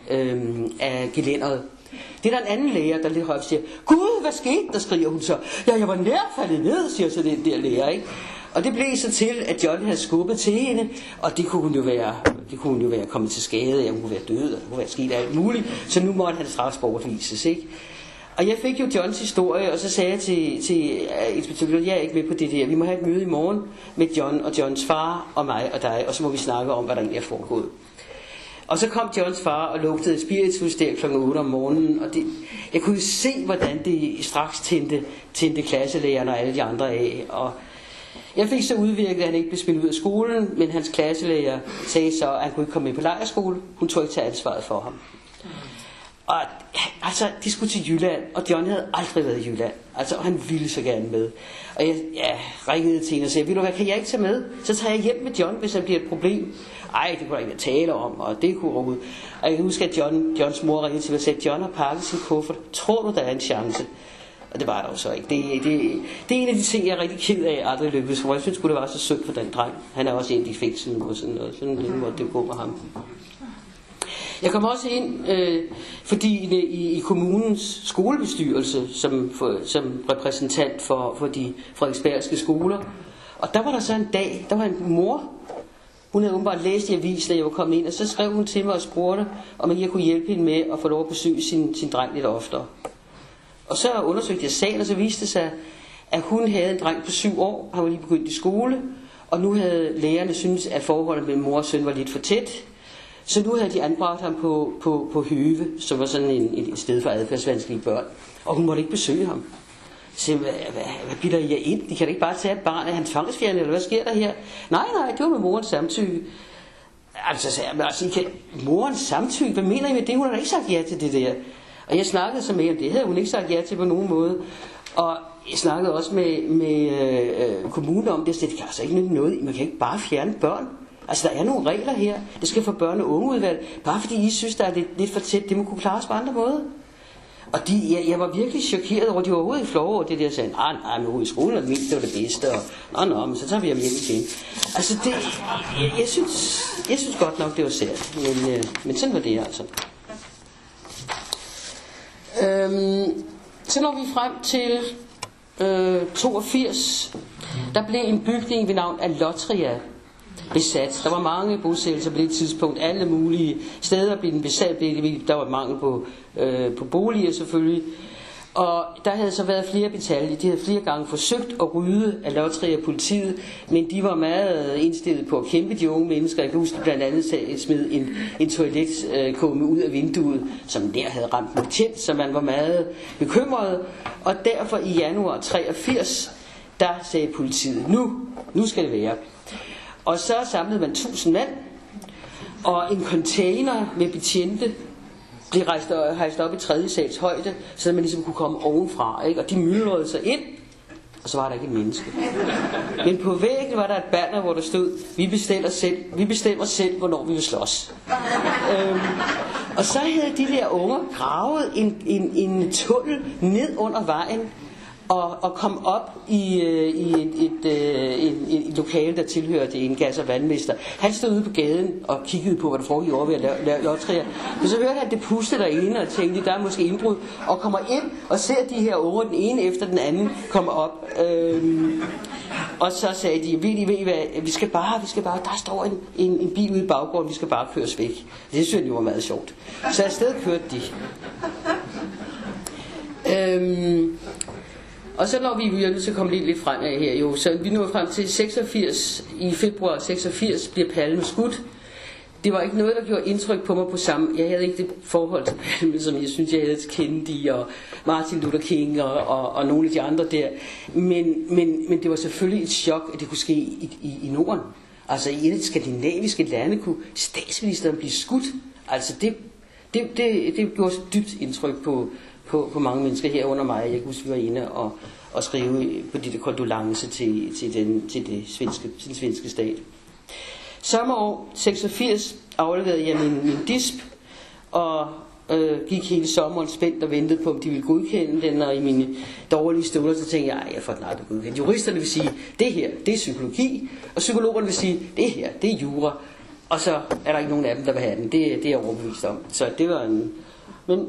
af gelænderet. Det er der en anden lærer, der lidt højt siger, Gud, hvad skete der, skriger hun så. Ja, jeg var nær faldet ned, siger så den der lærer, ikke? Og det blev så til, at John havde skubbet til hende, og det kunne hun jo være kommet til skade, ja, hun kunne være død, og det kunne være sket alt muligt, så nu måtte han straks bortvises, ikke? Og jeg fik jo Johns historie, og så sagde jeg til inspektøren, jeg er ikke med på det der, vi må have et møde i morgen med John og Johns far og mig og dig, og så må vi snakke om, hvad der egentlig er foregået. Og så kom Johns far og lugtede spiritus der kl. 8 om morgenen, og jeg kunne se, hvordan det straks tændte klasselærerne og alle de andre af. Og jeg fik så udvirket, at han ikke blev smidt ud af skolen, men hans klasselærer sagde så, at han kunne ikke komme med på lejrskole. Hun tog ikke tage ansvaret for ham. Og altså, de skulle til Jylland, og John havde aldrig været i Jylland. Altså, og han ville så gerne med. Og jeg ringede til hende og sagde, ved du hvad, kan jeg ikke tage med? Så tager jeg hjem med John, hvis han bliver et problem. Ej, det kunne jeg ikke tale om, og det kunne råde. Og jeg kan huske, at Johns mor ringede til mig og sagde, John har pakket sin kuffert. Tror du, der er en chance? Og det var der jo så ikke. Det er en af de ting, jeg er rigtig ked af, aldrig lykkedes. For jeg synes det var så synd for den dreng. Han er også en i fængsel og sådan noget. Sådan måtte det gå med ham. Jeg kom også ind, fordi i kommunens skolebestyrelse, som repræsentant for de frederiksbergske skoler. Og der var der så en dag, der var en mor. Hun havde åbenbart læst i avisen, da jeg var kommet ind, og så skrev hun til mig og spurgte, om jeg kunne hjælpe hende med at få lov at besøge sin dreng lidt oftere. Og så undersøgte jeg sagen, og så viste det sig, at hun havde en dreng på 7 år, han var lige begyndt i skole, og nu havde lærerne syntes, at forholdet mellem mor og søn var lidt for tæt. Så nu havde de anbragt ham på Høve, som var sådan et sted for adfærdsvanskelige børn. Og hun måtte ikke besøge ham. Så hvad bilder I jer ind? De kan da ikke bare tage et barn af hans tvangsfjerne, eller hvad sker der her? Nej, det var med morens samtykke. Altså, sagde jeg, altså, morens samtykke? Hvad mener I med det? Hun har da ikke sagt ja til det der. Og jeg snakkede så med om det, havde hun ikke sagt ja til på nogen måde. Og jeg snakkede også med kommunen om det, så det kan altså ikke nytte noget. Man kan ikke bare fjerne børn. Altså, der er nogle regler her. Det skal for børne- og ungeudvalg. Bare fordi I synes, der er lidt for tæt, det må kunne klares på andre måder. Og jeg var virkelig chokeret over, at de var overhovedet i flove over det der. Sagde, nej, men ude i skolen er det mindst, det var det bedste. Og men så tager vi ham hjem igen. Altså, jeg synes godt nok, det var sært. Men sådan var det altså. Så når vi frem til 82, der blev en bygning ved navn Allotria besat. Der var mange bosættelser på det tidspunkt. Alle mulige steder blev den besat. Der var mangel på boliger selvfølgelig. Og der havde så været flere bataljer. De havde flere gange forsøgt at rydde Allotria politiet, men de var meget indstillet på at kæmpe de unge mennesker. Jeg kan huske, blandt andet smed en toiletkumme ud af vinduet, som der havde ramt med tændt, så man var meget bekymret. Og derfor i januar 83, der sagde politiet, nu skal det være. Og så samlede man 1000 mand, og en container med betjente blev hejst op i 3. sals højde, så man ligesom kunne komme ovenfra, ikke? Og de myldrede sig ind, og så var der ikke et menneske. Men på væggen var der et banner, hvor der stod, vi bestemmer selv, hvornår vi vil slås. Og så havde de der unger gravet en tunnel ned under vejen, og kom op i et lokale, der tilhørte en gas- og vandmester. Han stod ude på gaden og kiggede på, hvad der foregik over ved Allotria. Men så hørte han det puste derinde og tænkte, der er måske indbrud, og kommer ind og ser de her unger, den ene efter den anden, komme op. Og så sagde de, ved I hvad, vi skal bare, der står en bil ude i baggården, vi skal bare køres væk. Det synes jeg var meget sjovt. Så afsted kørte de. Og så når vi er nødt til at komme lidt fremad her jo, så vi nåede frem til 86, i februar 86 bliver Palme skudt. Det var ikke noget, der gjorde indtryk på mig på samme. Jeg havde ikke det forhold til Palme, som jeg synes, jeg havde til Kennedy og Martin Luther King og nogle af de andre der. Men det var selvfølgelig et chok, at det kunne ske i Norden. Altså i et af de skandinaviske lande kunne statsministeren blive skudt. Altså det gjorde dybt indtryk på mange mennesker herunder mig. Jeg kan huske, vi var inde og skrive på de der kondolence til den svenske stat. Samme år, 86, afleverede jeg min disp, og Gik hele sommeren spændt og ventede på, om de ville godkende den, og i mine dårlige stunder, så tænkte jeg får den aldrig godkendt. Juristerne vil sige, det her, det er psykologi, og psykologerne vil sige, det her, det er jura, og så er der ikke nogen af dem, der vil have den. Det er jeg overbevist om. Så det var en... Men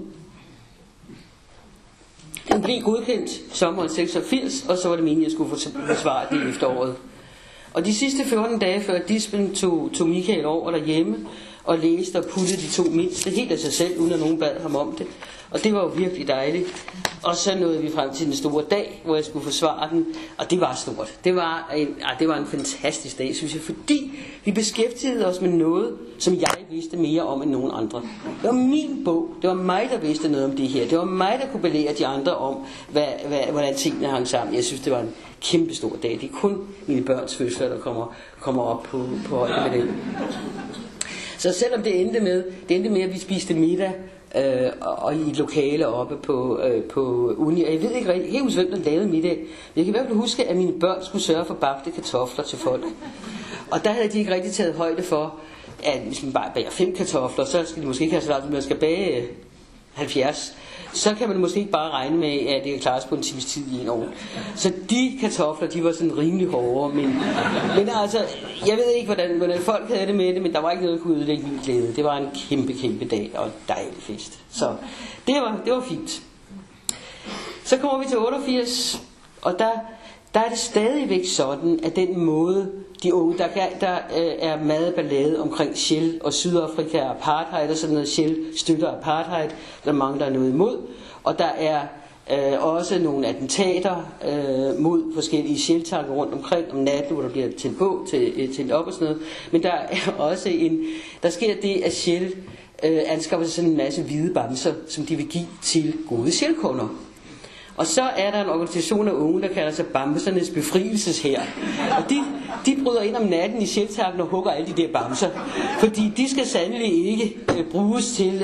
den blev godkendt sommeren 86, og så var det meningen, at jeg skulle få besvaret det efteråret. Og de sidste 14 dage før dispen tog Michael over derhjemme, og læste og puttede de 2 mindste helt af sig selv, uden at nogen bad ham om det. Og det var jo virkelig dejligt. Og så nåede vi frem til den store dag, hvor jeg skulle forsvare den, og det var stort. Det var en fantastisk dag, synes jeg, fordi vi beskæftigede os med noget, som jeg vidste mere om end nogen andre. Det var min bog. Det var mig, der vidste noget om det her. Det var mig, der kunne belære de andre om, hvordan tingene hang sammen. Jeg synes, det var en kæmpe stor dag. Det er kun mine børns fødsler, der kommer op på højde med det. Så selvom det endte med, at vi spiste middag og i et lokale oppe på uni, og jeg ved ikke helt huske, hvem der lavede middag, men jeg kan i hvert fald huske, at mine børn skulle sørge for bagte kartofler til folk. Og der havde de ikke rigtig taget højde for, at hvis man bare bager 5 kartofler, så skal de måske ikke have så langt, men man skal bage 70. Så kan man måske ikke bare regne med, at det kan klares på en times tid i en år. Så de kartofler, de var sådan rimelig hårde, men altså, jeg ved ikke, hvordan folk havde det med det, men der var ikke noget, der kunne ødelægge min glæde. Det var en kæmpe dag og en dejlig fest. Så det var fint. Så kommer vi til 88, og der er det stadigvæk sådan, at den måde, de unge, der er meget ballade omkring Shell og Sydafrika og apartheid og sådan noget. Shell støtter apartheid, der er mange, der er noget imod. Og der er også nogle attentater mod forskellige Shell-tanker rundt omkring om natten, hvor der bliver tændt på, tændt op og sådan noget. Men der er også der sker det, at Shell anskaffer sig sådan en masse hvide bamser, som de vil give til gode Shell-kunder. Og så er der en organisation af unge, der kalder sig Bamsernes Befrielseshær. Og de bryder ind om natten i Shell-tanken og hugger alle de der bamser. Fordi de skal sandelig ikke bruges til...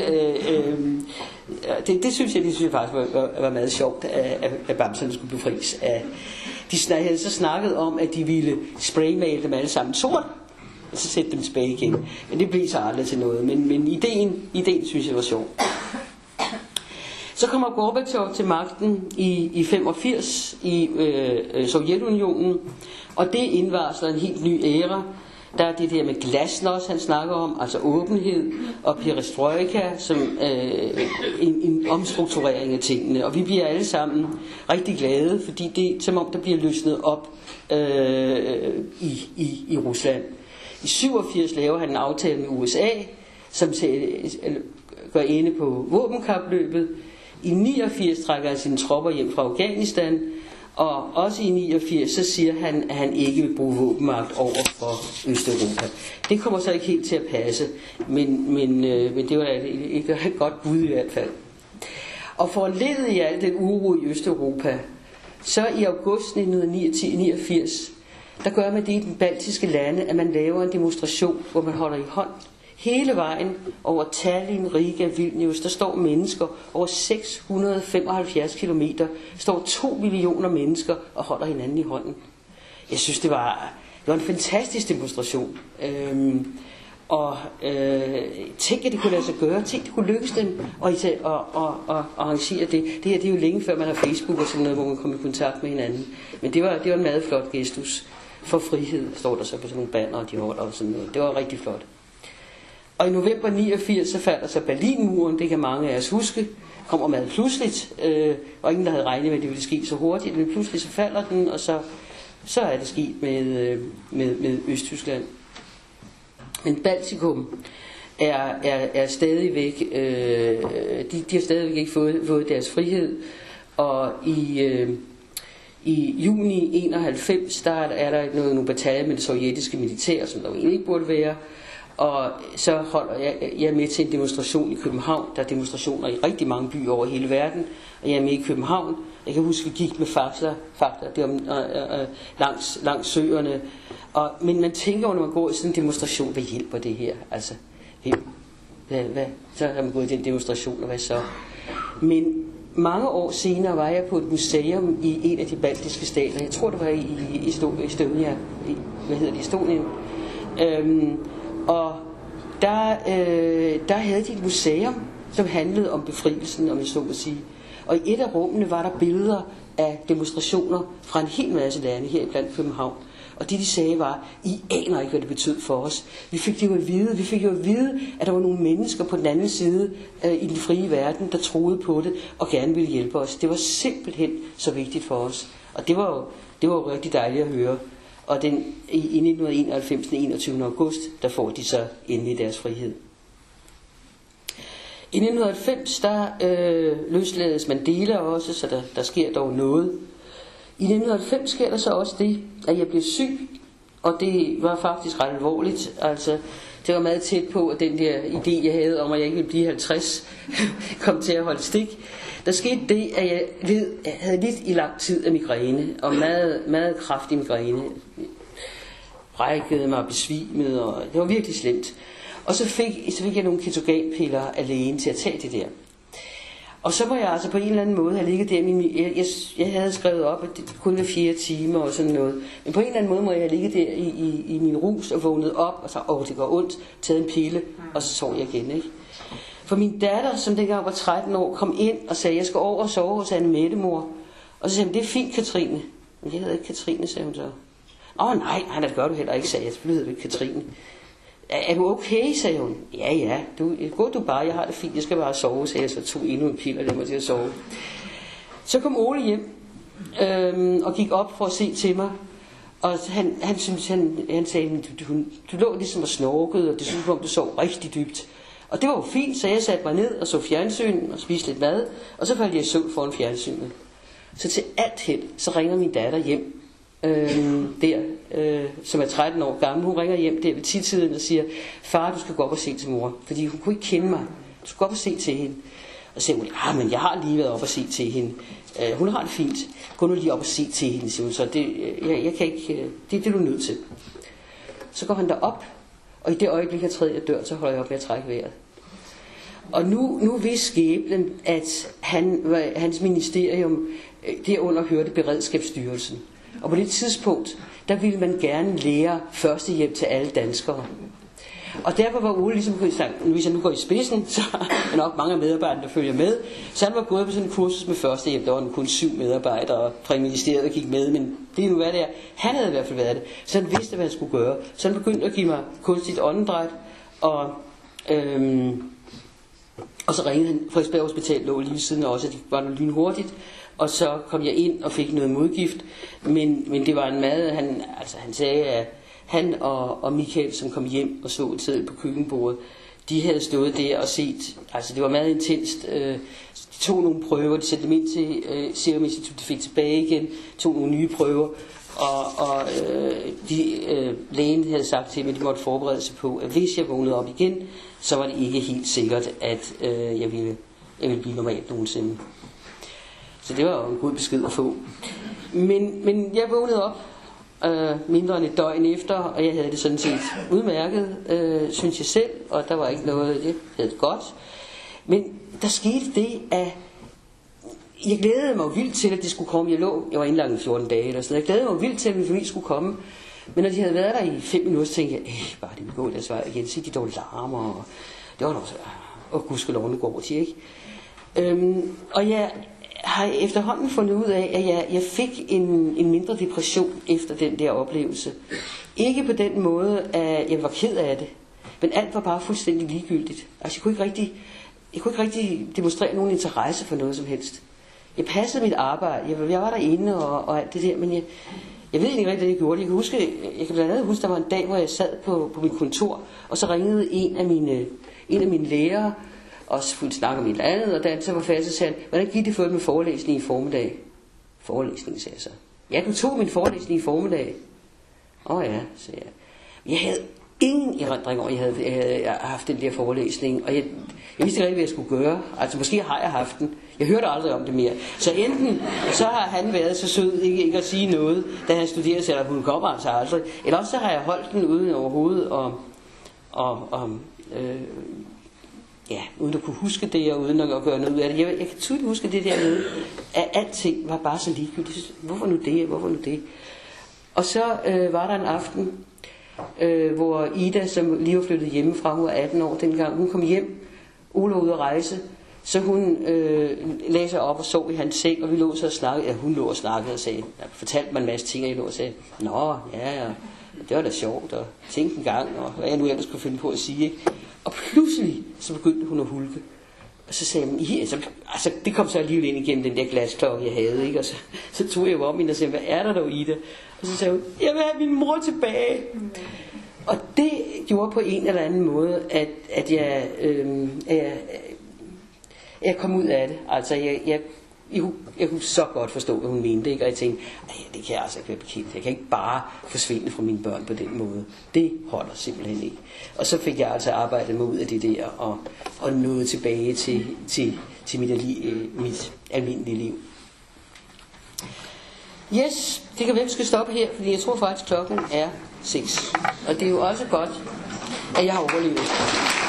Det synes jeg faktisk var meget sjovt, at bamserne skulle befries. De havde så snakket om, at de ville spraymale dem alle sammen sort, og så sætte dem tilbage igen. Men det blev så aldrig til noget. Men ideen synes jeg var sjov. Så kommer Gorbatjov til magten i 85 i Sovjetunionen, og det indvarsler en helt ny æra. Der er det der med glasnost, han snakker om, altså åbenhed, og perestrojka som en omstrukturering af tingene. Og vi bliver alle sammen rigtig glade, fordi det er som om, der bliver løsnet op i Rusland. I 87 laver han en aftale med USA, som gør ende på våbenkapløbet. I 89 trækker han sine tropper hjem fra Afghanistan, og også i 89 så siger han, at han ikke vil bruge våbenmagt over for Østeuropa. Det kommer så ikke helt til at passe, men det var et godt bud i hvert fald. Og foranlediget i al den uro i Østeuropa, så i august 1989, der gør man det i den baltiske lande, at man laver en demonstration, hvor man holder i hånd. Hele vejen over Tallinn, Riga, Vilnius, der står mennesker over 675 kilometer, står 2 millioner mennesker og holder hinanden i hånden. Jeg synes, det var en fantastisk demonstration. Tænk, at det kunne lade sig gøre. Tænk, det kunne lykkes dem at arrangere det. Det her, det er jo længe før man har Facebook og sådan noget, hvor man kommer i kontakt med hinanden. Men det var en meget flot gestus. For frihed står der så på sådan nogle banner, og de holder og sådan noget. Det var rigtig flot. Og i november 89 så falder så Berlinmuren, det kan mange af os huske, kommer meget pludseligt, og ingen der havde regnet med, at det ville ske så hurtigt, men pludselig så falder den, og så er det sket med Østtyskland. Men Baltikum er stadigvæk, de har stadigvæk ikke fået deres frihed, og i juni 91, der er der nogle bataljer med det sovjetiske militær, som der jo egentlig ikke burde være. Og så holder jeg med til en demonstration i København. Der er demonstrationer i rigtig mange byer over hele verden, og jeg er med i København. Jeg kan huske, at vi gik med fakler langs søerne. Men man tænker jo, når man går i sådan en demonstration, hvad hjælper det her? Altså, hvad? Så har man gået i den demonstration, og hvad så? Men mange år senere var jeg på et museum i en af de baltiske stater. Jeg tror, det var i Estonia. Estonien. Og der havde de et museum, som handlede om befrielsen, om jeg så må sige. Og i et af rummene var der billeder af demonstrationer fra en hel masse lande her blandt København. Og det de sagde var, I aner ikke, hvad det betød for os. Vi fik jo at vide, at der var nogle mennesker på den anden side i den frie verden, der troede på det og gerne ville hjælpe os. Det var simpelthen så vigtigt for os. Og det var jo rigtig dejligt at høre. Og i 1991, den 21. august, der får de så endelig deres frihed. I 1990, der løslades Mandela også, så der sker dog noget. I 1990 sker der så også det, at jeg blev syg, og det var faktisk ret alvorligt. Altså, det var meget tæt på, at den der idé, jeg havde om, at jeg ikke ville blive 50, kom til at holde stik. Der skete det, at jeg havde lidt i lang tid af migræne, og meget, meget kraftig migræne. Brækkede mig og besvimede, og det var virkelig slemt. Og så fik jeg nogle ketogenpiller alene til at tage det der. Og så må jeg altså på en eller anden måde have ligget der. Jeg havde skrevet op, at det kun var 4 timer og sådan noget. Men på en eller anden måde må jeg have ligget der i min rus og vågnet op og så, det går ondt, taget en pille, og så sov jeg igen, ikke? For min datter, som dengang var 13 år, kom ind og sagde, jeg skal over og sove hos Anne Mette-mor. Og så sagde hun, det er fint, Katrine. Men jeg hedder ikke Katrine, sagde hun så. Nej, det gør du heller ikke, sagde jeg. Selvfølgelig hedder du ikke Katrine. Er du okay, sagde hun. Ja, gå du bare, jeg har det fint, jeg skal bare sove, sagde jeg, så tog endnu en pille og lad mig til at sove. Så kom Ole hjem og gik op for at se til mig, og han sagde, du lå ligesom og snorkede, og det synes som om du sov rigtig dybt. Og det var jo fint, så jeg satte mig ned og så fjernsyn og spiste lidt mad, og så faldt jeg i søvn foran fjernsynet. Så til alt held, så ringer min datter hjem, som er 13 år gammel. Hun ringer hjem der ved 10-tiden og siger, far, du skal gå op og se til mor, fordi hun kunne ikke kende mig. Du skal gå op og se til hende. Og så siger hun, men jeg har lige været op og se til hende. Hun har det fint. Gå nu lige op og se til hende, siger hun. Så jeg kan ikke, det er du nødt til. Så går han derop, og i det øjeblik, jeg træder i døren, så holder jeg op med at trække vejret. Og nu vidste skæbnen, at hans ministerium derunder hørte Beredskabsstyrelsen. Og på det tidspunkt, der ville man gerne lære førstehjælp til alle danskere. Og derfor var Ole ligesom, hvis jeg nu går i spidsen, så er nok mange medarbejdere, der følger med. Så han var gået på sådan en kursus med førstehjælp. Der var kun 7 medarbejdere fra ministeriet, der gik med, men det er nu hvad det er. Han havde i hvert fald været det, så han vidste, hvad han skulle gøre. Så han begyndte at give mig kunstigt åndedræt, og så ringede han. Frederiksberg Hospital lå lige ved siden af også, det var noget lynhurtigt. Og så kom jeg ind og fik noget modgift, men det var en mad, han sagde, at han og Michael, som kom hjem og så et sæde på køkkenbordet, de havde stået der og set, altså det var meget intenst, de tog nogle prøver, de satte dem ind til Serum Institut, de fik tilbage igen, tog nogle nye prøver, og lægen havde sagt til mig, at de måtte forberede sig på, at hvis jeg vågnede op igen, så var det ikke helt sikkert, at jeg ville blive normalt nogensinde. Så det var jo en god besked at få. Men jeg vågnede op mindre end et døgn efter, og jeg havde det sådan set udmærket, synes jeg selv, og der var ikke noget, jeg havde det godt. Men der skete det, at jeg glædede mig vildt til, at det skulle komme. Jeg var indlagt i 14 dage eller sådan. Jeg glædede mig vildt til, at min familie skulle komme. Men når de havde været der i 5 minutter, så tænkte jeg, bare det vil gå deres vej igen. Så de dog larmer, og det var også, gudskelov, nu går de, ikke? Og jeg har efterhånden fundet ud af, at jeg fik en mindre depression efter den der oplevelse. Ikke på den måde, at jeg var ked af det, men alt var bare fuldstændig ligegyldigt. Altså jeg kunne ikke rigtig demonstrere nogen interesse for noget som helst. Jeg passede mit arbejde, jeg var derinde og alt det der, men jeg ved ikke rigtig, hvad jeg gjorde. Jeg kan blandt andet huske, der var en dag, hvor jeg sad på mit kontor, og så ringede en af mine lærere, og så fuldt snakke om et eller andet, og da han så var færdig, så sagde han, hvordan gik det for med forelæsning i formiddag? Forelæsning, sagde jeg så. Jeg kunne tog min forelæsning i formiddag. Ja, sagde jeg. Jeg havde ingen erindring over, at jeg havde haft den der forelæsning, og jeg vidste ikke rigtig, hvad jeg skulle gøre. Altså måske har jeg haft den. Jeg hørte aldrig om det mere. Så enten så har han været så sød ikke at sige noget, da han studerede, selvom hun kommer altså aldrig. Eller også så har jeg holdt den uden overhovedet, uden at kunne huske det, og uden at gøre noget ud af det. Jeg kan tydeligt huske det der med, at alting var bare så ligegyldigt. Hvorfor nu det? Og så var der en aften, hvor Ida, som lige var flyttet hjemmefra, hun var 18 år dengang, hun kom hjem, Ole var ude at rejse, så hun lagde sig op og sov i hans seng, og vi lå så og snakkede. Ja, hun lå og snakkede og sagde, fortalte mig en masse ting, og jeg lå og sagde, nå, ja, det var da sjovt, og tænkte en gang, og hvad jeg nu ellers kunne finde på at sige, ikke? Og pludselig, så begyndte hun at hulke. Og så sagde jeg, altså, det kom så alligevel ind igennem den der glasklokke, jeg havde, ikke? Og så tog jeg jo om hende og sagde, hvad er der dog i det? Og så sagde hun, jeg vil have min mor tilbage. Og det gjorde på en eller anden måde, at jeg kom ud af det. Altså, jeg kunne så godt forstå, hvad hun mente, ikke? Og jeg tænkte, det kan jeg altså ikke være bekendt. Jeg kan ikke bare forsvinde fra mine børn på den måde. Det holder simpelthen ikke. Og så fik jeg altså arbejdet mig ud af det der, og nåede tilbage til mit almindelige liv. Yes, det kan være, vi skal stoppe her, fordi jeg tror faktisk, klokken er 6. Og det er jo også godt, at jeg har overlevet.